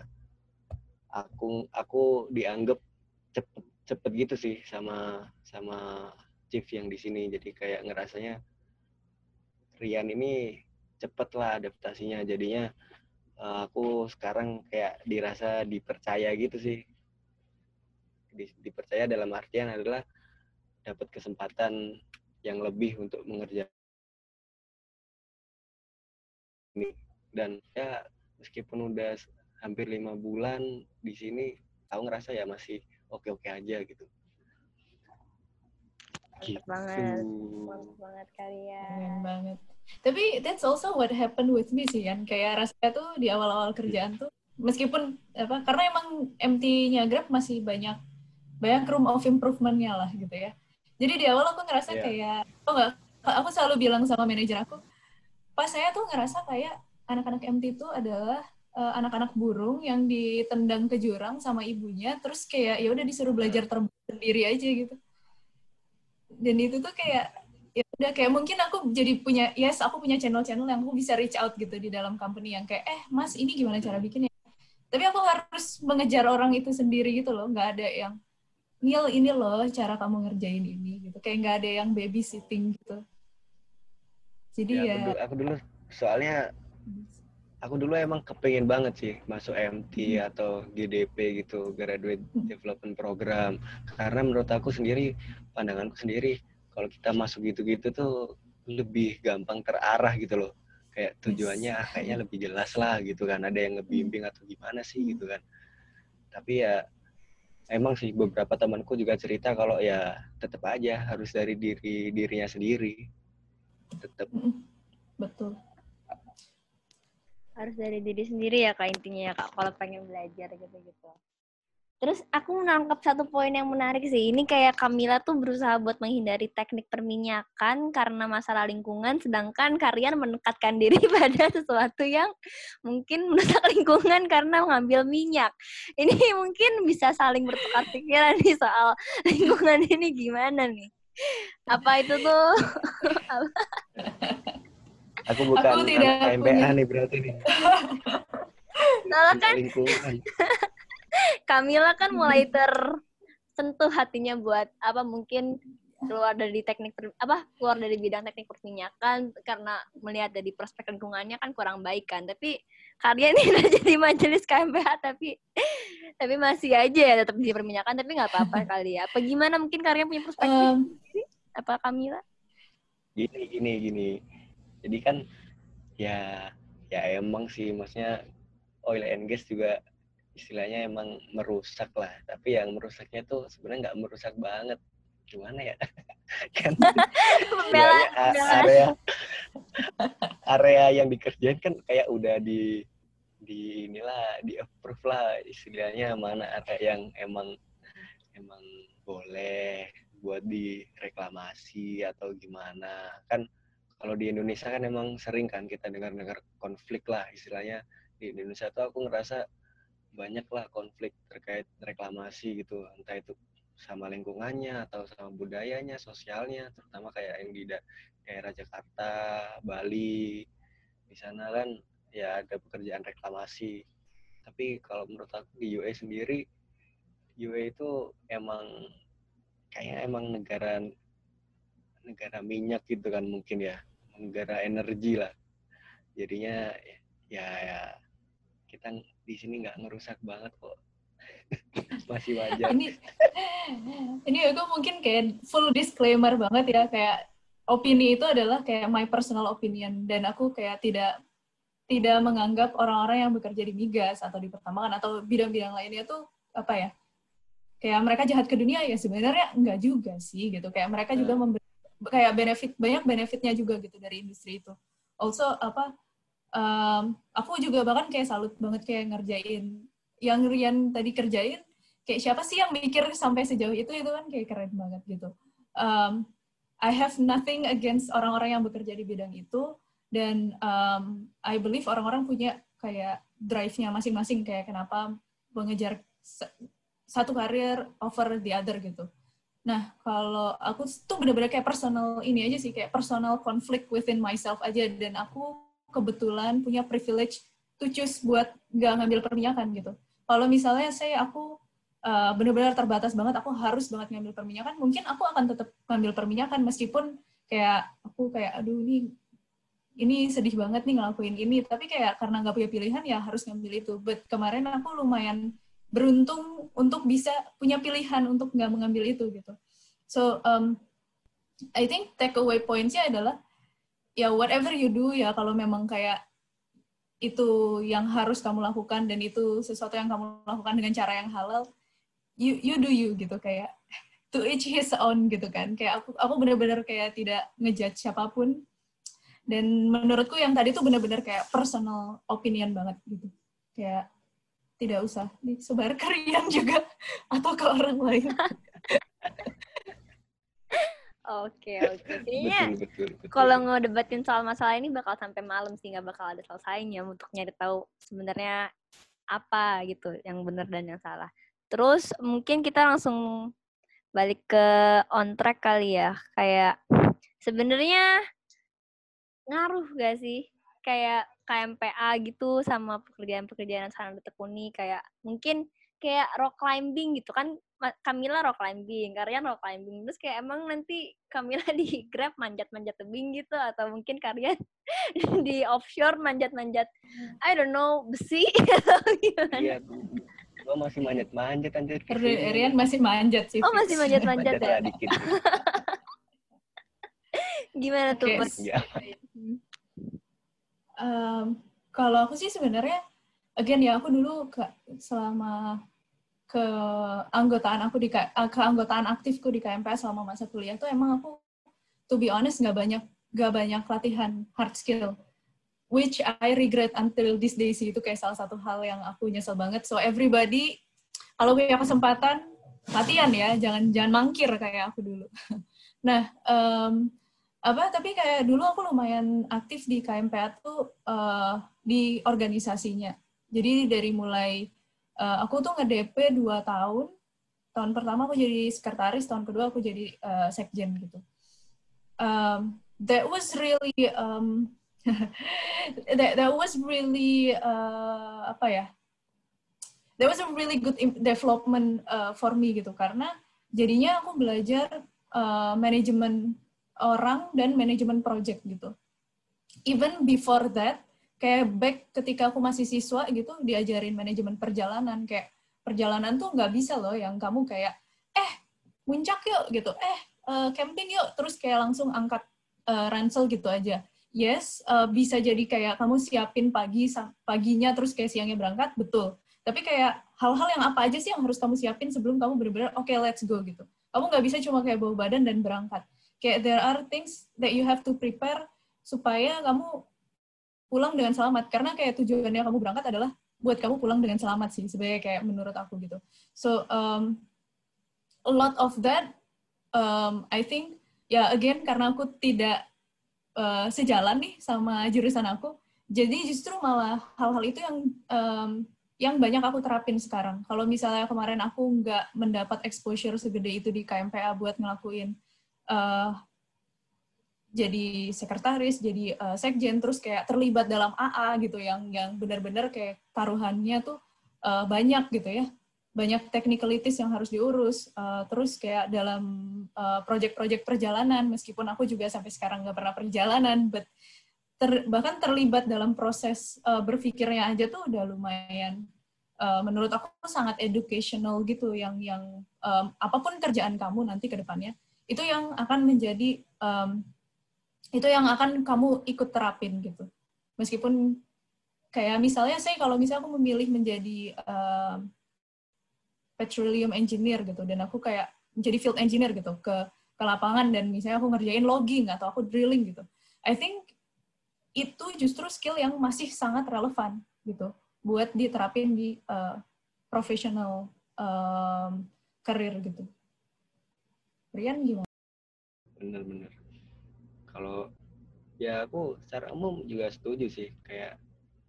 aku dianggap cepet gitu sih sama chief yang di sini. Jadi kayak ngerasanya Rian ini cepet lah adaptasinya. Jadinya aku sekarang kayak dirasa dipercaya gitu sih. Dipercaya dalam artian adalah dapat kesempatan yang lebih untuk mengerjakan ini. Dan ya meskipun udah hampir 5 bulan di sini, aku ngerasa ya masih oke-oke aja gitu. Mantap banget. Mantap banget kalian. Keren banget. Tapi that's also what happened with me sih kan. Kayak rasanya tuh di awal-awal kerjaan tuh meskipun karena emang MT-nya Grab masih banyak room of improvement-nya lah gitu ya. Jadi di awal aku ngerasa kayak aku selalu bilang sama manajer aku, pas saya tuh ngerasa kayak anak-anak MT itu adalah anak-anak burung yang ditendang ke jurang sama ibunya, terus kayak ya udah disuruh belajar terbang sendiri aja gitu. Dan itu tuh kayak ya udah kayak mungkin aku jadi aku punya channel-channel yang aku bisa reach out gitu di dalam company yang kayak Mas ini gimana cara bikinnya. Tapi aku harus mengejar orang itu sendiri gitu loh, nggak ada yang Nil ini loh cara kamu ngerjain ini gitu, kayak nggak ada yang babysitting gitu. Jadi ya aku dulu soalnya aku dulu emang kepengen banget sih masuk MT atau GDP gitu, Graduate Development Program, karena menurut aku sendiri, pandanganku sendiri, kalau kita masuk gitu-gitu tuh lebih gampang terarah gitu loh, kayak tujuannya kayaknya lebih jelas lah gitu kan, ada yang ngebimbing atau gimana sih gitu kan. Tapi ya emang sih beberapa temanku juga cerita kalau ya tetap aja harus dari dirinya sendiri, tetap. Betul. Harus dari diri sendiri ya Kak, intinya ya Kak, kalau pengen belajar gitu-gitu. Terus aku menangkap satu poin yang menarik sih. Ini kayak Kamila tuh berusaha buat menghindari teknik perminyakan karena masalah lingkungan, sedangkan Karian menekatkan diri pada sesuatu yang mungkin merusak lingkungan karena mengambil minyak. Ini mungkin bisa saling bertukar pikiran nih soal lingkungan ini gimana nih. Apa itu tuh? Aku bukan anak KMPA nih berarti nih. Soalnya kan lingkungan. Kamila kan mulai tersentuh hatinya buat mungkin keluar dari bidang teknik perminyakan karena melihat dari prospek lingkungannya kan kurang baik kan. Tapi Karya ini udah jadi majelis KMPH tapi masih aja ya tetap di perminyakan, tapi nggak apa-apa kali ya. Apa gimana, mungkin Karya punya perspektif sendiri? Apa Kamila? Gini. Jadi kan ya emang sih, maksudnya oil and gas juga istilahnya emang merusak lah. Tapi yang merusaknya tuh sebenarnya nggak merusak banget. Gimana ya? Kan area yang dikerjain kan kayak udah di approve lah istilahnya, mana area yang emang boleh buat direklamasi atau gimana. Kan kalau di Indonesia kan emang sering kan kita dengar konflik lah istilahnya. Di Indonesia tuh aku ngerasa banyak lah konflik terkait reklamasi gitu, entah itu sama lingkungannya atau sama budayanya, sosialnya, terutama kayak yang di daerah Jakarta, Bali, di sana kan ya ada pekerjaan reklamasi. Tapi kalau menurut aku di UAE sendiri, UAE itu kayaknya emang negara minyak gitu kan, mungkin ya, negara energi lah. Jadinya ya kita di sini nggak ngerusak banget kok. Masih wajar. Ini aku mungkin kayak full disclaimer banget ya, kayak opini itu adalah kayak my personal opinion, dan aku kayak tidak menganggap orang-orang yang bekerja di migas atau di pertambangan atau bidang-bidang lainnya tuh kayak mereka jahat ke dunia. Ya sebenarnya enggak juga sih gitu, kayak mereka juga kayak banyak benefitnya juga gitu dari industri itu. Also aku juga bahkan kayak salut banget kayak ngerjain yang Rian tadi kerjain. Kayak siapa sih yang mikir sampai sejauh itu kan kayak keren banget gitu. I have nothing against orang-orang yang bekerja di bidang itu, dan I believe orang-orang punya kayak drive-nya masing-masing, kayak kenapa mengejar satu karir over the other gitu. Nah, kalau aku tuh benar-benar kayak personal ini aja sih, kayak personal conflict within myself aja, dan aku kebetulan punya privilege to choose buat nggak ngambil perminyakan gitu. Kalau misalnya aku benar-benar terbatas banget, aku harus banget ngambil perminyakan, mungkin aku akan tetap ngambil perminyakan meskipun kayak aku kayak aduh ini sedih banget nih ngelakuin ini, tapi kayak karena nggak punya pilihan ya harus ngambil itu. But kemarin aku lumayan beruntung untuk bisa punya pilihan untuk nggak mengambil itu gitu. So I think takeaway points-nya adalah ya whatever you do ya, kalau memang kayak itu yang harus kamu lakukan dan itu sesuatu yang kamu lakukan dengan cara yang halal, you do you gitu, kayak to each his own gitu kan. Kayak aku benar-benar kayak tidak ngejudge siapapun, dan menurutku yang tadi tuh benar-benar kayak personal opinion banget gitu, kayak tidak usah disebar ke Rian juga atau ke orang lain. Oke. Kayaknya kalau ngedebatin soal masalah ini bakal sampai malam sih, nggak bakal ada selesainya untuk nyari tahu sebenarnya apa gitu yang benar dan yang salah. Terus mungkin kita langsung balik ke on track kali ya. Kayak sebenarnya ngaruh gak sih kayak KMPA gitu sama pekerjaan-pekerjaan yang sekarang ditekuni, kayak mungkin kayak rock climbing gitu kan. Kamila rock climbing, Karyan rock climbing. Terus kayak emang nanti Kamila di Grab manjat-manjat tebing gitu, atau mungkin Karyan di offshore manjat-manjat I don't know besi atau gimana? Iya, gue masih manjat anjir. Rian masih manjat sih. Oh, masih manjat-manjat ya? Dikit. Gimana tuh, Mas? Kalau aku sih sebenarnya, again ya, aku dulu selama keanggotaan aktifku di KMPA selama masa kuliah tuh emang aku, to be honest, nggak banyak latihan hard skill, which I regret until this day sih. Itu kayak salah satu hal yang aku nyesel banget. So everybody, kalau punya kesempatan latihan ya, jangan mangkir kayak aku dulu. Nah, tapi kayak dulu aku lumayan aktif di KMPA tuh di organisasinya. Jadi dari mulai aku tuh nge-DP 2 tahun. Tahun pertama aku jadi sekretaris, tahun kedua aku jadi sekjen gitu. That was really that was a really good development for me gitu, karena jadinya aku belajar manajemen orang dan manajemen project gitu. Even before that, kayak back ketika aku masih siswa gitu, diajarin manajemen perjalanan, kayak perjalanan tuh nggak bisa loh yang kamu kayak muncak yuk gitu, camping yuk, terus kayak langsung angkat ransel gitu aja. Yes, bisa jadi kayak kamu siapin paginya terus kayak siangnya berangkat, betul. Tapi kayak hal-hal yang apa aja sih yang harus kamu siapin sebelum kamu benar-benar oke, let's go gitu. Kamu nggak bisa cuma kayak bawa badan dan berangkat. Kayak there are things that you have to prepare supaya kamu pulang dengan selamat. Karena kayak tujuannya kamu berangkat adalah buat kamu pulang dengan selamat sih, sebenarnya kayak menurut aku gitu. So, a lot of that, I think, ya again, karena aku tidak sejalan nih sama jurusan aku, jadi justru malah hal-hal itu yang banyak aku terapin sekarang. Kalau misalnya kemarin aku nggak mendapat exposure segede itu di KMPA buat ngelakuin jadi sekretaris, jadi sekjen, terus kayak terlibat dalam AA gitu, yang benar-benar kayak taruhannya tuh banyak gitu ya, banyak technicalities yang harus diurus, terus kayak dalam project-project perjalanan, meskipun aku juga sampai sekarang nggak pernah perjalanan, but bahkan terlibat dalam proses berpikirnya aja tuh udah lumayan, menurut aku sangat educational gitu, yang apapun kerjaan kamu nanti ke depannya, itu yang akan menjadi itu yang akan kamu ikut terapin gitu. Meskipun kayak misalnya kalau misalnya aku memilih menjadi petroleum engineer gitu, dan aku kayak menjadi field engineer gitu ke lapangan, dan misalnya aku ngerjain logging atau aku drilling gitu, I think itu justru skill yang masih sangat relevan gitu buat diterapin di professional career gitu. Rian gimana? Bener-bener. Kalau ya aku secara umum juga setuju sih, kayak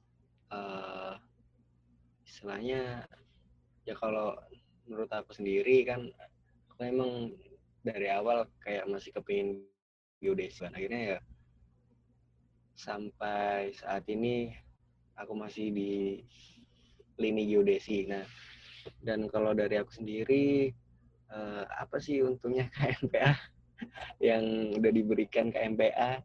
istilahnya ya kalau menurut aku sendiri kan, aku emang dari awal kayak masih kepingin geodesi, akhirnya ya sampai saat ini aku masih di lini geodesi. Nah, dan kalau dari aku sendiri, apa sih untungnya KMPA yang udah diberikan KMPA?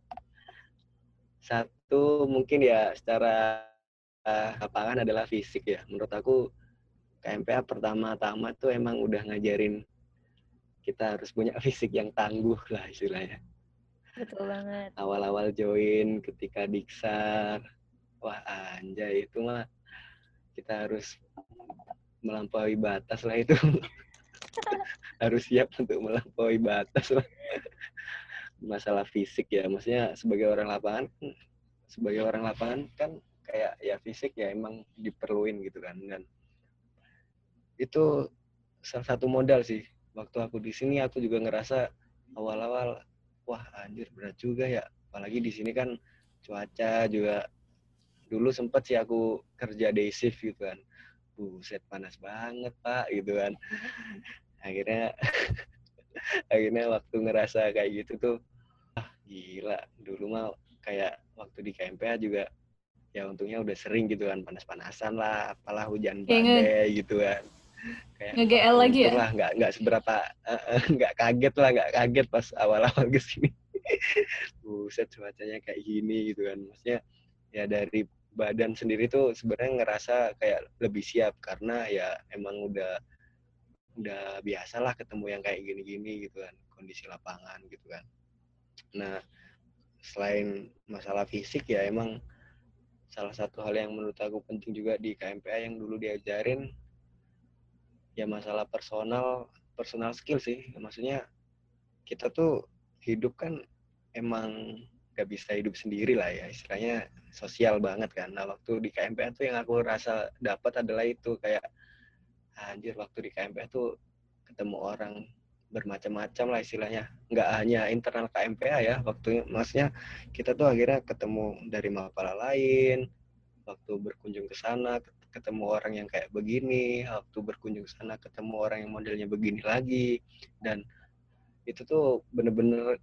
Satu mungkin ya secara lapangan adalah fisik ya. Menurut aku KMPA pertama-tama tuh emang udah ngajarin kita harus punya fisik yang tangguh lah istilahnya. Betul banget. Awal-awal join ketika Diksar, wah anjay itu mah kita harus melampaui batas lah itu. Harus siap untuk melampaui batas lah. Masalah fisik ya, maksudnya sebagai orang lapangan kan kayak ya fisik ya emang diperluin gitu kan. Dan itu salah satu modal sih. Waktu aku di sini aku juga ngerasa awal-awal, wah anjir berat juga ya. Apalagi di sini kan cuaca juga, dulu sempet sih aku kerja day shift gitu kan. Buset panas banget Pak gitu kan. Akhirnya waktu ngerasa kayak gitu tuh, gila, dulu mah kayak waktu di KMPA juga ya untungnya udah sering gitu kan, panas-panasan lah, apalah hujan badai gitu kan. Kayak nge-GL lagi ya? untung lah nggak seberapa, nggak kaget pas awal-awal kesini. Buset cuacanya kayak gini gitu kan. Maksudnya ya dari badan sendiri tuh sebenarnya ngerasa kayak lebih siap, karena ya emang udah biasalah ketemu yang kayak gini-gini gitu kan, kondisi lapangan gitu kan. Nah, selain masalah fisik ya emang salah satu hal yang menurut aku penting juga di KMPA yang dulu diajarin ya masalah personal skill sih. Maksudnya kita tuh hidup kan emang gak bisa hidup sendiri lah ya, istilahnya sosial banget kan. Nah waktu di KMPA tuh yang aku rasa dapat adalah itu, kayak anjir waktu di KMPA tuh ketemu orang bermacam-macam lah istilahnya, nggak hanya internal KMPA ya, maksudnya kita tuh akhirnya ketemu dari mapala lain, waktu berkunjung ke sana ketemu orang yang kayak begini, waktu berkunjung ke sana ketemu orang yang modelnya begini lagi, dan itu tuh bener-bener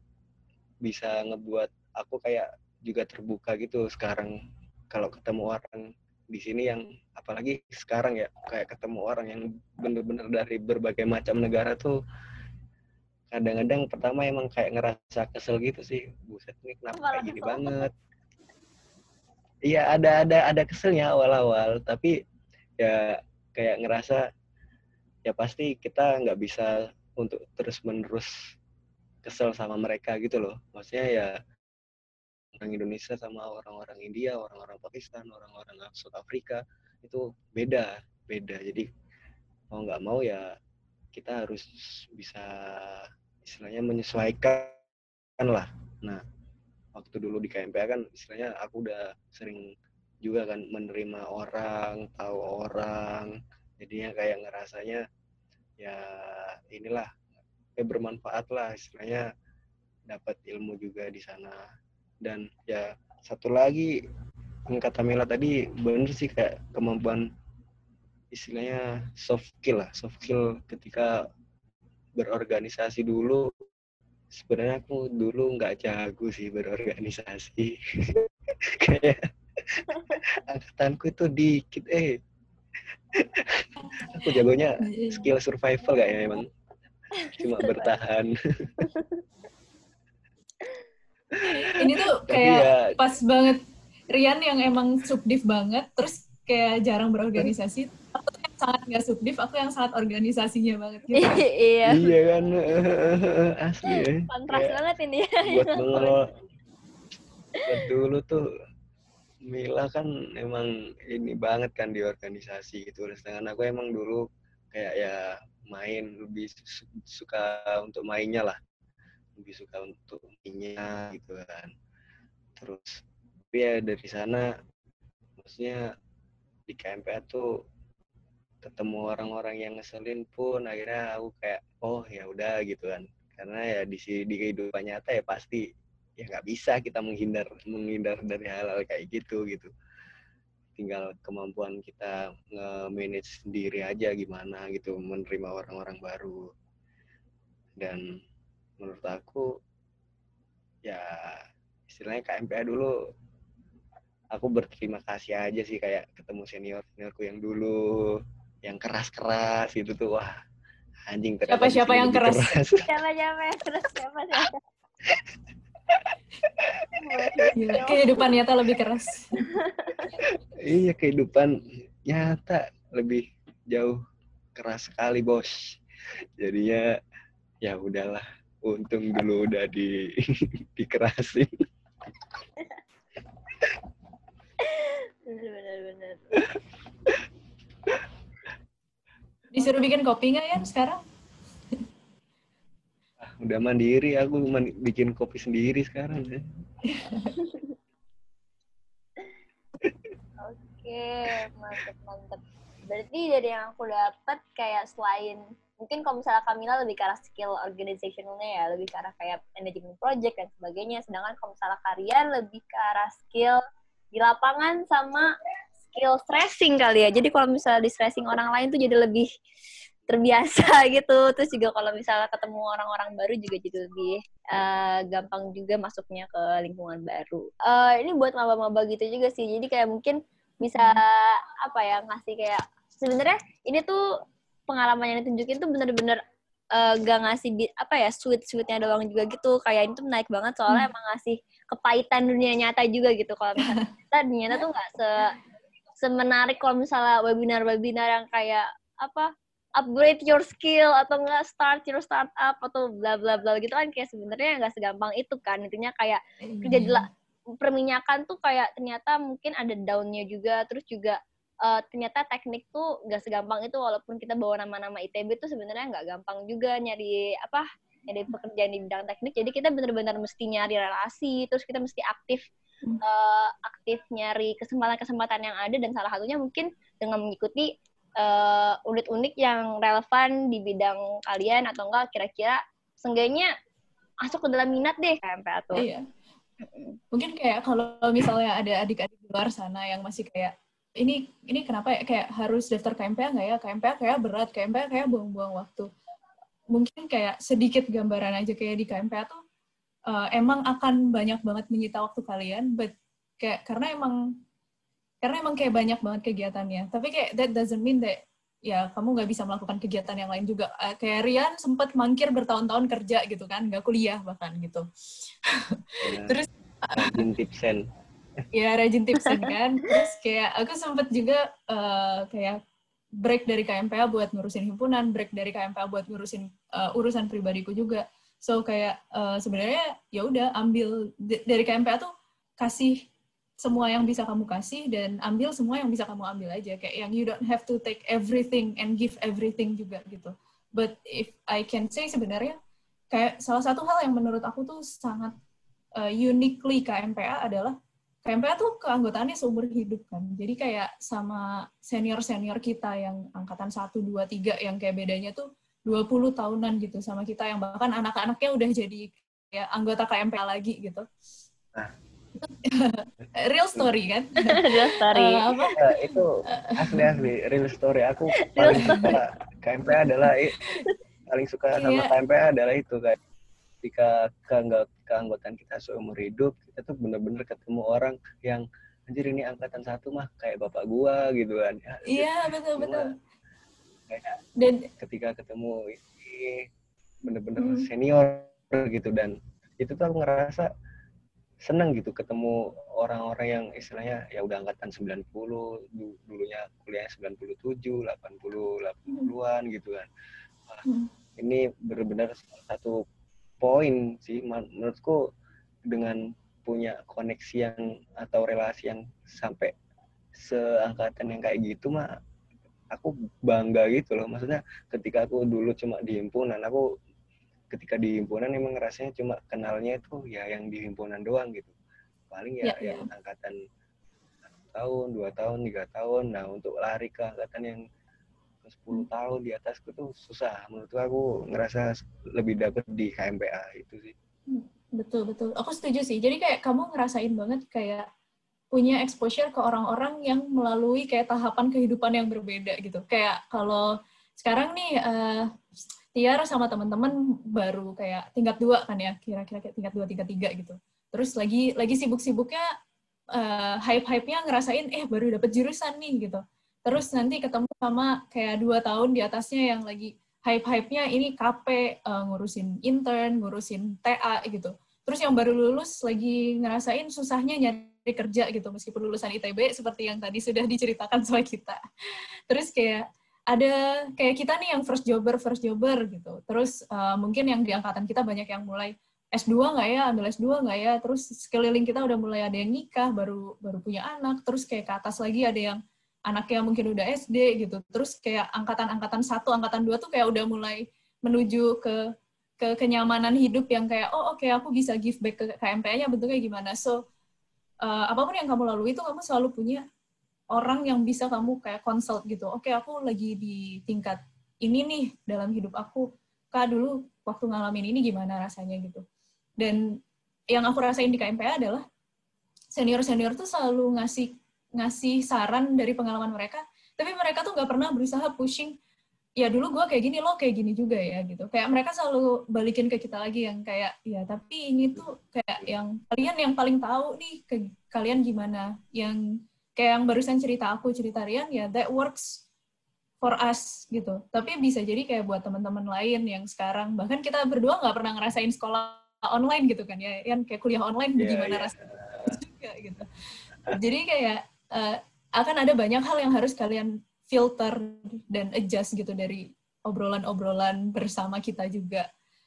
bisa ngebuat aku kayak juga terbuka gitu sekarang kalau ketemu orang di sini yang apalagi sekarang ya kayak ketemu orang yang bener-bener dari berbagai macam negara tuh kadang-kadang pertama emang kayak ngerasa kesel gitu sih, buset ini kenapa kayak gini banget. Iya ada keselnya awal-awal, tapi ya kayak ngerasa ya pasti kita nggak bisa untuk terus-menerus kesel sama mereka gitu loh. Maksudnya ya orang Indonesia sama orang-orang India, orang-orang Pakistan, orang-orang South Afrika itu beda. Jadi mau nggak mau ya kita harus bisa istilahnya menyesuaikan lah. Nah, waktu dulu di KMPA kan istilahnya aku udah sering juga kan menerima orang, tahu orang, jadinya kayak ngerasanya ya inilah bermanfaat lah istilahnya, dapat ilmu juga di sana. Dan ya satu lagi yang kata Mila tadi bener sih, kayak kemampuan istilahnya soft skill ketika berorganisasi dulu. Sebenarnya aku dulu nggak jago sih berorganisasi. Kayak angkatanku itu dikit. Aku jagonya skill survival kayak emang. Cuma bertahan. Ini tuh kayak ya, pas banget Rian yang emang subdiv banget, terus kayak jarang berorganisasi. Aku tuh yang sangat nggak subdiv, aku yang sangat organisasinya banget gitu. Iya kan, asli ya. Kontras banget ini ya. Buat dulu tuh Mila kan emang ini banget kan di organisasi gitu. Sedangkan aku emang dulu kayak ya main, lebih suka untuk mainnya lah. Lebih suka untuk mainnya gitu kan. Terus tapi ya dari sana maksudnya di KMPA tuh ketemu orang-orang yang ngeselin pun akhirnya aku kayak oh ya udah gitu kan. Karena ya di kehidupan nyata ya pasti ya nggak bisa kita menghindar dari hal-hal kayak gitu. Tinggal kemampuan kita nge-manage sendiri aja gimana gitu, menerima orang-orang baru. Dan menurut aku ya istilahnya KMPA dulu aku berterima kasih aja sih, kayak ketemu seniorku yang dulu yang keras gitu tuh, wah anjing ternyata siapa yang keras? Siapa yang keras? Kehidupan nyata lebih keras. Iya, kehidupan nyata lebih jauh keras sekali bos. Jadinya ya udahlah, untung dulu udah dikerasin. Bener. Disuruh bikin kopi nggak ya sekarang? Udah mandiri, aku bikin kopi sendiri sekarang ya. Oke, mantep. Berarti dari yang aku dapat kayak selain mungkin kalau misalnya Kamila lebih ke arah skill organizationalnya ya, lebih ke arah kayak manajemen project dan sebagainya, sedangkan kalau misalnya kalian lebih ke arah skill di lapangan sama skill stressing kali ya. Jadi kalau misalnya di stressing orang lain tuh jadi lebih terbiasa gitu. Terus juga kalau misalnya ketemu orang-orang baru juga jadi lebih gampang juga masuknya ke lingkungan baru. Ini buat maba-maba gitu juga sih. Jadi kayak mungkin bisa apa ya, ngasih kayak sebenarnya ini tuh pengalaman yang ditunjukin tuh bener-bener gak ngasih apa ya sweet-sweetnya doang juga gitu. Kayak ini tuh menarik banget soalnya emang ngasih kepahitan dunia nyata juga gitu. Kalau misalnya kita dunia nyata tuh nggak semenarik kalau misalnya webinar-webinar yang kayak apa upgrade your skill atau enggak start your startup atau bla bla bla gitu kan, kayak sebenarnya nggak segampang itu kan. Intinya kayak kerja di perminyakan tuh kayak ternyata mungkin ada down-nya juga, terus juga ternyata teknik tuh nggak segampang itu, walaupun kita bawa nama-nama ITB tuh sebenarnya nggak gampang juga nyari pekerjaan di bidang teknik. Jadi kita benar-benar mesti nyari relasi, terus kita mesti aktif nyari kesempatan-kesempatan yang ada, dan salah satunya mungkin dengan mengikuti unit-unit yang relevan di bidang kalian, atau enggak kira-kira seenggaknya masuk ke dalam minat deh KMPA tuh. Iya. Mungkin kayak kalau misalnya ada adik-adik di luar sana yang masih kayak ini kenapa ya kayak harus daftar KMPA nggak ya? KMPA kayak berat, KMPA kayak buang-buang waktu. Mungkin kayak sedikit gambaran aja kayak di KMPA tuh emang akan banyak banget menyita waktu kalian, but kayak karena emang Karena emang kayak banyak banget kegiatannya. Tapi kayak that doesn't mean that ya kamu nggak bisa melakukan kegiatan yang lain juga. Kayak Rian sempat mangkir bertahun-tahun kerja gitu kan, nggak kuliah bahkan gitu. Terus rajin tipsen. Ya rajin tipsen kan. Terus kayak aku sempat juga kayak break dari KMPA buat ngurusin himpunan, break dari KMPA buat ngurusin urusan pribadiku juga. So kayak sebenarnya ya udah ambil dari KMPA tuh kasih semua yang bisa kamu kasih dan ambil semua yang bisa kamu ambil aja. Kayak yang you don't have to take everything and give everything juga gitu. But if I can say sebenarnya kayak salah satu hal yang menurut aku tuh sangat uniquely KMPA adalah KMPA tuh keanggotaannya seumur hidup kan. Jadi kayak sama senior-senior kita yang angkatan 1, 2, 3 yang kayak bedanya tuh 20 tahunan gitu sama kita yang bahkan anak-anaknya udah jadi kayak anggota KMPA lagi gitu. Nah. Real story kan? Real story. Itu asli real story. Aku paling suka KMPA adalah paling suka sama KMPA adalah itu kayak ketika keanggotaan kita seumur hidup, kita tuh bener-bener ketemu orang yang anjir ini angkatan 1 mah kayak bapak gua gitu kan. Iya, betul. Dan ketika ketemu ini bener-bener senior gitu, dan itu tuh aku ngerasa seneng gitu ketemu orang-orang yang istilahnya ya udah angkatan 90, dulunya kuliahnya 97, 80-an gitu kan. Wah, ini benar-benar satu poin sih menurutku, dengan punya koneksi yang atau relasi yang sampai seangkatan yang kayak gitu mah aku bangga gitu loh. Maksudnya ketika aku dulu cuma di himpunan, aku ketika di himpunan emang rasanya cuma kenalnya itu ya yang di himpunan doang gitu. Paling ya yang angkatan 1 tahun, 2 tahun, 3 tahun. Nah, untuk lari ke angkatan yang 10 tahun di atasku tuh susah. Menurut aku ngerasa lebih dapet di KMPA itu sih. Betul. Aku setuju sih. Jadi kayak kamu ngerasain banget kayak punya exposure ke orang-orang yang melalui kayak tahapan kehidupan yang berbeda gitu. Kayak kalau sekarang nih Tiar sama teman-teman baru kayak tingkat 2 kan ya, kira-kira kayak tingkat 2, tingkat 3 gitu. Terus lagi sibuk-sibuknya hype-hype-nya ngerasain baru dapet jurusan nih gitu. Terus nanti ketemu sama kayak 2 tahun di atasnya yang lagi hype-hype-nya ini KP, ngurusin intern, ngurusin TA gitu. Terus yang baru lulus lagi ngerasain susahnya nyari kerja gitu, meskipun lulusan ITB seperti yang tadi sudah diceritakan sama kita. Terus kayak ada kayak kita nih yang first jobber gitu. Terus mungkin yang di angkatan kita banyak yang mulai S2 nggak ya, ambil S2 nggak ya, terus sekeliling kita udah mulai ada yang nikah, baru punya anak, terus kayak ke atas lagi ada yang anaknya mungkin udah SD gitu, terus kayak angkatan 1, angkatan 2 tuh kayak udah mulai menuju ke kenyamanan hidup yang kayak, oke, aku bisa give back ke KMPA-nya bentuknya gimana. So, apapun yang kamu lalui itu kamu selalu punya orang yang bisa kamu kayak consult gitu. Oke, aku lagi di tingkat ini nih dalam hidup aku. Kak, dulu waktu ngalamin ini gimana rasanya gitu. Dan yang aku rasain di KMPA adalah senior-senior tuh selalu ngasih saran dari pengalaman mereka, tapi mereka tuh nggak pernah berusaha pushing, ya dulu gue kayak gini, lo kayak gini juga ya gitu. Kayak mereka selalu balikin ke kita lagi yang kayak, ya tapi ini tuh kayak yang kalian yang paling tahu nih, kalian gimana. Yang kayak yang barusan cerita Rian, ya that works for us gitu. Tapi bisa jadi kayak buat teman-teman lain yang sekarang, bahkan kita berdua nggak pernah ngerasain sekolah online gitu kan ya, yang kayak kuliah online gimana rasanya juga gitu. Jadi kayak akan ada banyak hal yang harus kalian filter dan adjust gitu dari obrolan-obrolan bersama kita juga.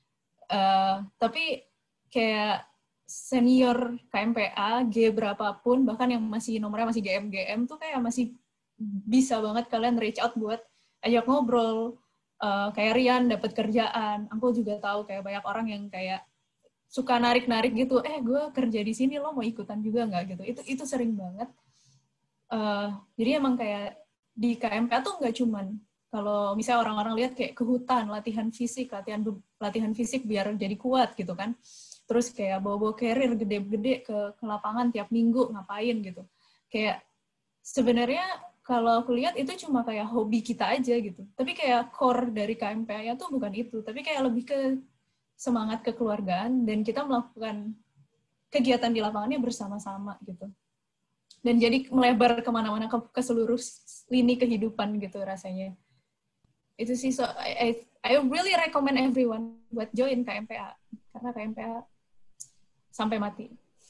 Tapi kayak senior KMPA, G berapapun, bahkan yang masih nomornya masih GM tuh kayak masih bisa banget kalian reach out buat ajak ngobrol. Kayak Rian dapat kerjaan, aku juga tahu kayak banyak orang yang kayak suka narik-narik gitu, gue kerja di sini, lo mau ikutan juga nggak gitu. Itu sering banget. Jadi emang kayak di KMPA tuh nggak cuman kalau misalnya orang-orang lihat kayak ke hutan, latihan fisik biar jadi kuat gitu kan. Terus kayak bawa-bawa carrier gede-gede ke lapangan tiap minggu ngapain gitu. Kayak sebenarnya kalau aku lihat itu cuma kayak hobi kita aja gitu. Tapi kayak core dari KMPA tuh bukan itu, tapi kayak lebih ke semangat kekeluargaan dan kita melakukan kegiatan di lapangannya bersama-sama gitu. dan jadi melebar kemana-mana ke seluruh lini kehidupan gitu rasanya. Itu sih, so I really recommend everyone buat join KMPA, karena KMPA sampai mati.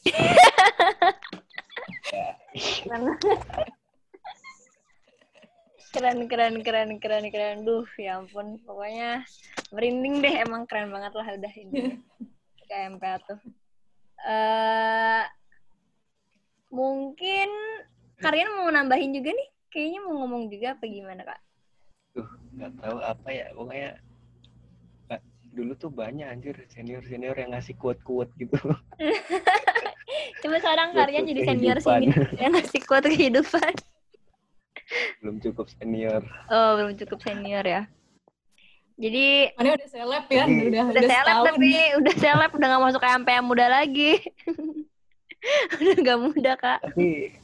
Keren. Duh, ya ampun. Pokoknya merinding deh, emang keren banget lah udah ini. KMPA tuh. Mungkin kalian mau nambahin juga nih? Kayaknya mau ngomong juga apa gimana, Kak? Nggak tahu apa ya. Pokoknya dulu tuh banyak anjir senior yang ngasih quote-quote gitu. Coba sekarang kalian jadi senior yang ngasih quote kehidupan. Belum cukup senior. Oh, belum cukup senior ya. Jadi mana udah seleb ya, udah seleb setahun. Tapi udah seleb, udah gak masuk KMPA muda lagi. Udah gak muda, Kak. Tapi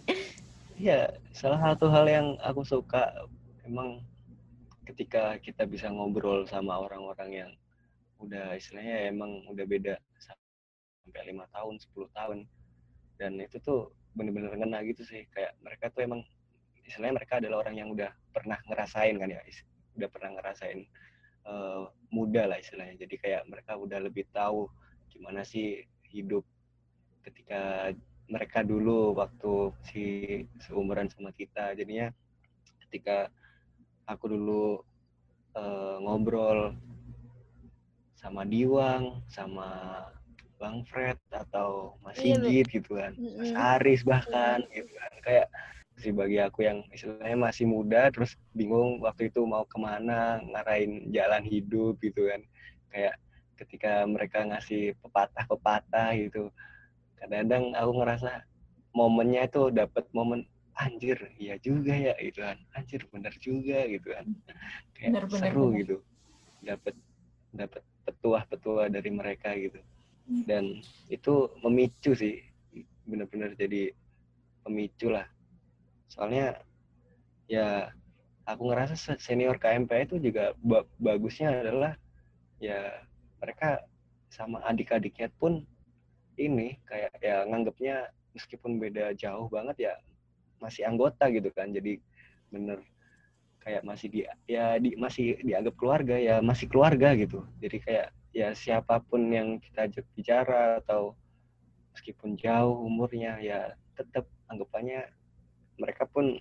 ya salah satu hal yang aku suka emang ketika kita bisa ngobrol sama orang-orang yang udah istilahnya emang udah beda sampai 5 tahun, 10 tahun. Dan itu tuh bener-bener ngena gitu sih. Kayak mereka tuh emang istilahnya mereka adalah orang yang udah pernah ngerasain kan ya. Udah pernah ngerasain muda lah istilahnya. Jadi kayak mereka udah lebih tahu gimana sih hidup ketika mereka dulu waktu seumuran sama kita. Jadinya ketika aku dulu ngobrol sama Diwang, sama Bang Fred atau Mas Sigit gitu kan, Mas Aris bahkan gitu kan, kayak sih bagi aku yang istilahnya masih muda terus bingung waktu itu mau kemana, ngarahin jalan hidup gitu kan, kayak ketika mereka ngasih pepatah gitu, kadang-kadang aku ngerasa momennya itu dapat momen anjir iya juga ya gitu kan, anjir bener juga gitu kan, kayak seru gitu, dapat petuah dari mereka gitu. Dan itu memicu sih, benar-benar jadi pemicu lah. Soalnya ya aku ngerasa senior KMPA itu juga bagusnya adalah ya mereka sama adik-adiknya pun ini kayak ya nganggapnya meskipun beda jauh banget ya masih anggota gitu kan, jadi bener kayak masih masih dianggap keluarga, ya masih keluarga gitu. Jadi kayak ya siapapun yang kita ajak bicara atau meskipun jauh umurnya ya tetap anggapannya mereka pun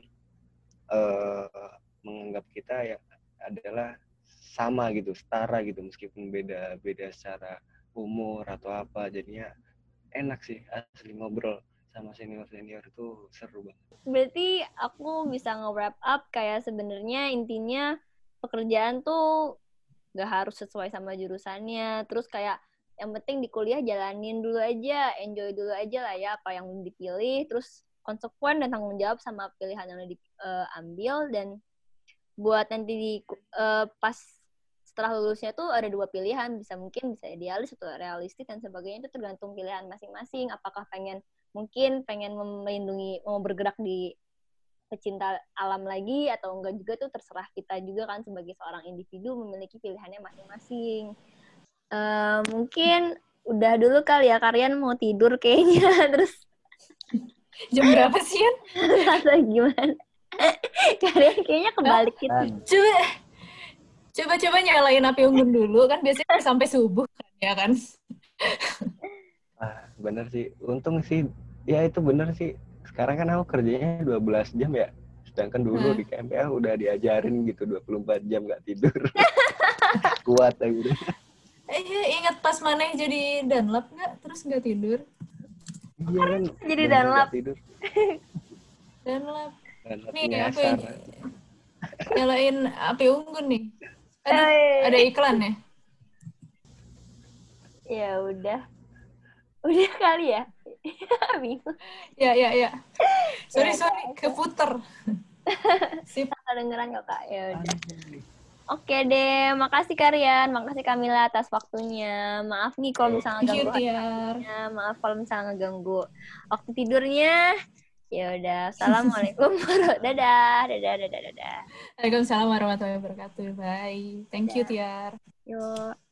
menganggap kita ya adalah sama gitu, setara gitu, meskipun beda secara umur atau apa. Jadinya enak sih asli ngobrol sama senior itu seru banget. Berarti aku bisa nge-wrap up kayak sebenarnya intinya pekerjaan tuh gak harus sesuai sama jurusannya. Terus kayak yang penting di kuliah jalanin dulu aja, enjoy dulu aja lah ya apa yang dipilih. Terus konsekuen dan tanggung jawab sama pilihan yang diambil. Dan buat nanti pas setelah lulusnya tuh ada 2 pilihan, mungkin bisa idealis atau realistis dan sebagainya, itu tergantung pilihan masing-masing. Apakah pengen melindungi, mau bergerak di pecinta alam lagi atau enggak juga tuh terserah kita juga kan sebagai seorang individu memiliki pilihannya masing-masing. Mungkin udah dulu kali ya, kalian mau tidur kayaknya. Terus jam berapa sih kan? Rasa gimana? Kalian kayaknya kebalik gitu. Coba nyalain api unggun dulu, kan biasanya sampai subuh kan, ya kan? Bener sih, untung sih, ya itu bener sih. Sekarang kan aku kerjanya 12 jam ya, sedangkan dulu di KMPA udah diajarin gitu 24 jam gak tidur. Kuat gitu. Ingat pas mana jadi Dunlap nggak? Terus nggak tidur? Iya kan. Jadi Dunlap. Tidur. Dunlap. Nih aku nyalain api unggun nih. Ada iklan ya? Ya udah kali ya. Bingung. Ya. Sorry, keputer. Sip. Kedengeran kok, Kak. Ya udah. Oke deh, makasih Karian, makasih Kamila atas waktunya. Maaf nih kalau misalnya ganggu. Maaf kalau misalnya ngeganggu waktu tidurnya. Ya udah, assalamualaikum warahmatullahi wabarakatuh. Dadah. Waalaikumsalam warahmatullahi wabarakatuh. Bye. Thank you, Tiar. Yuk.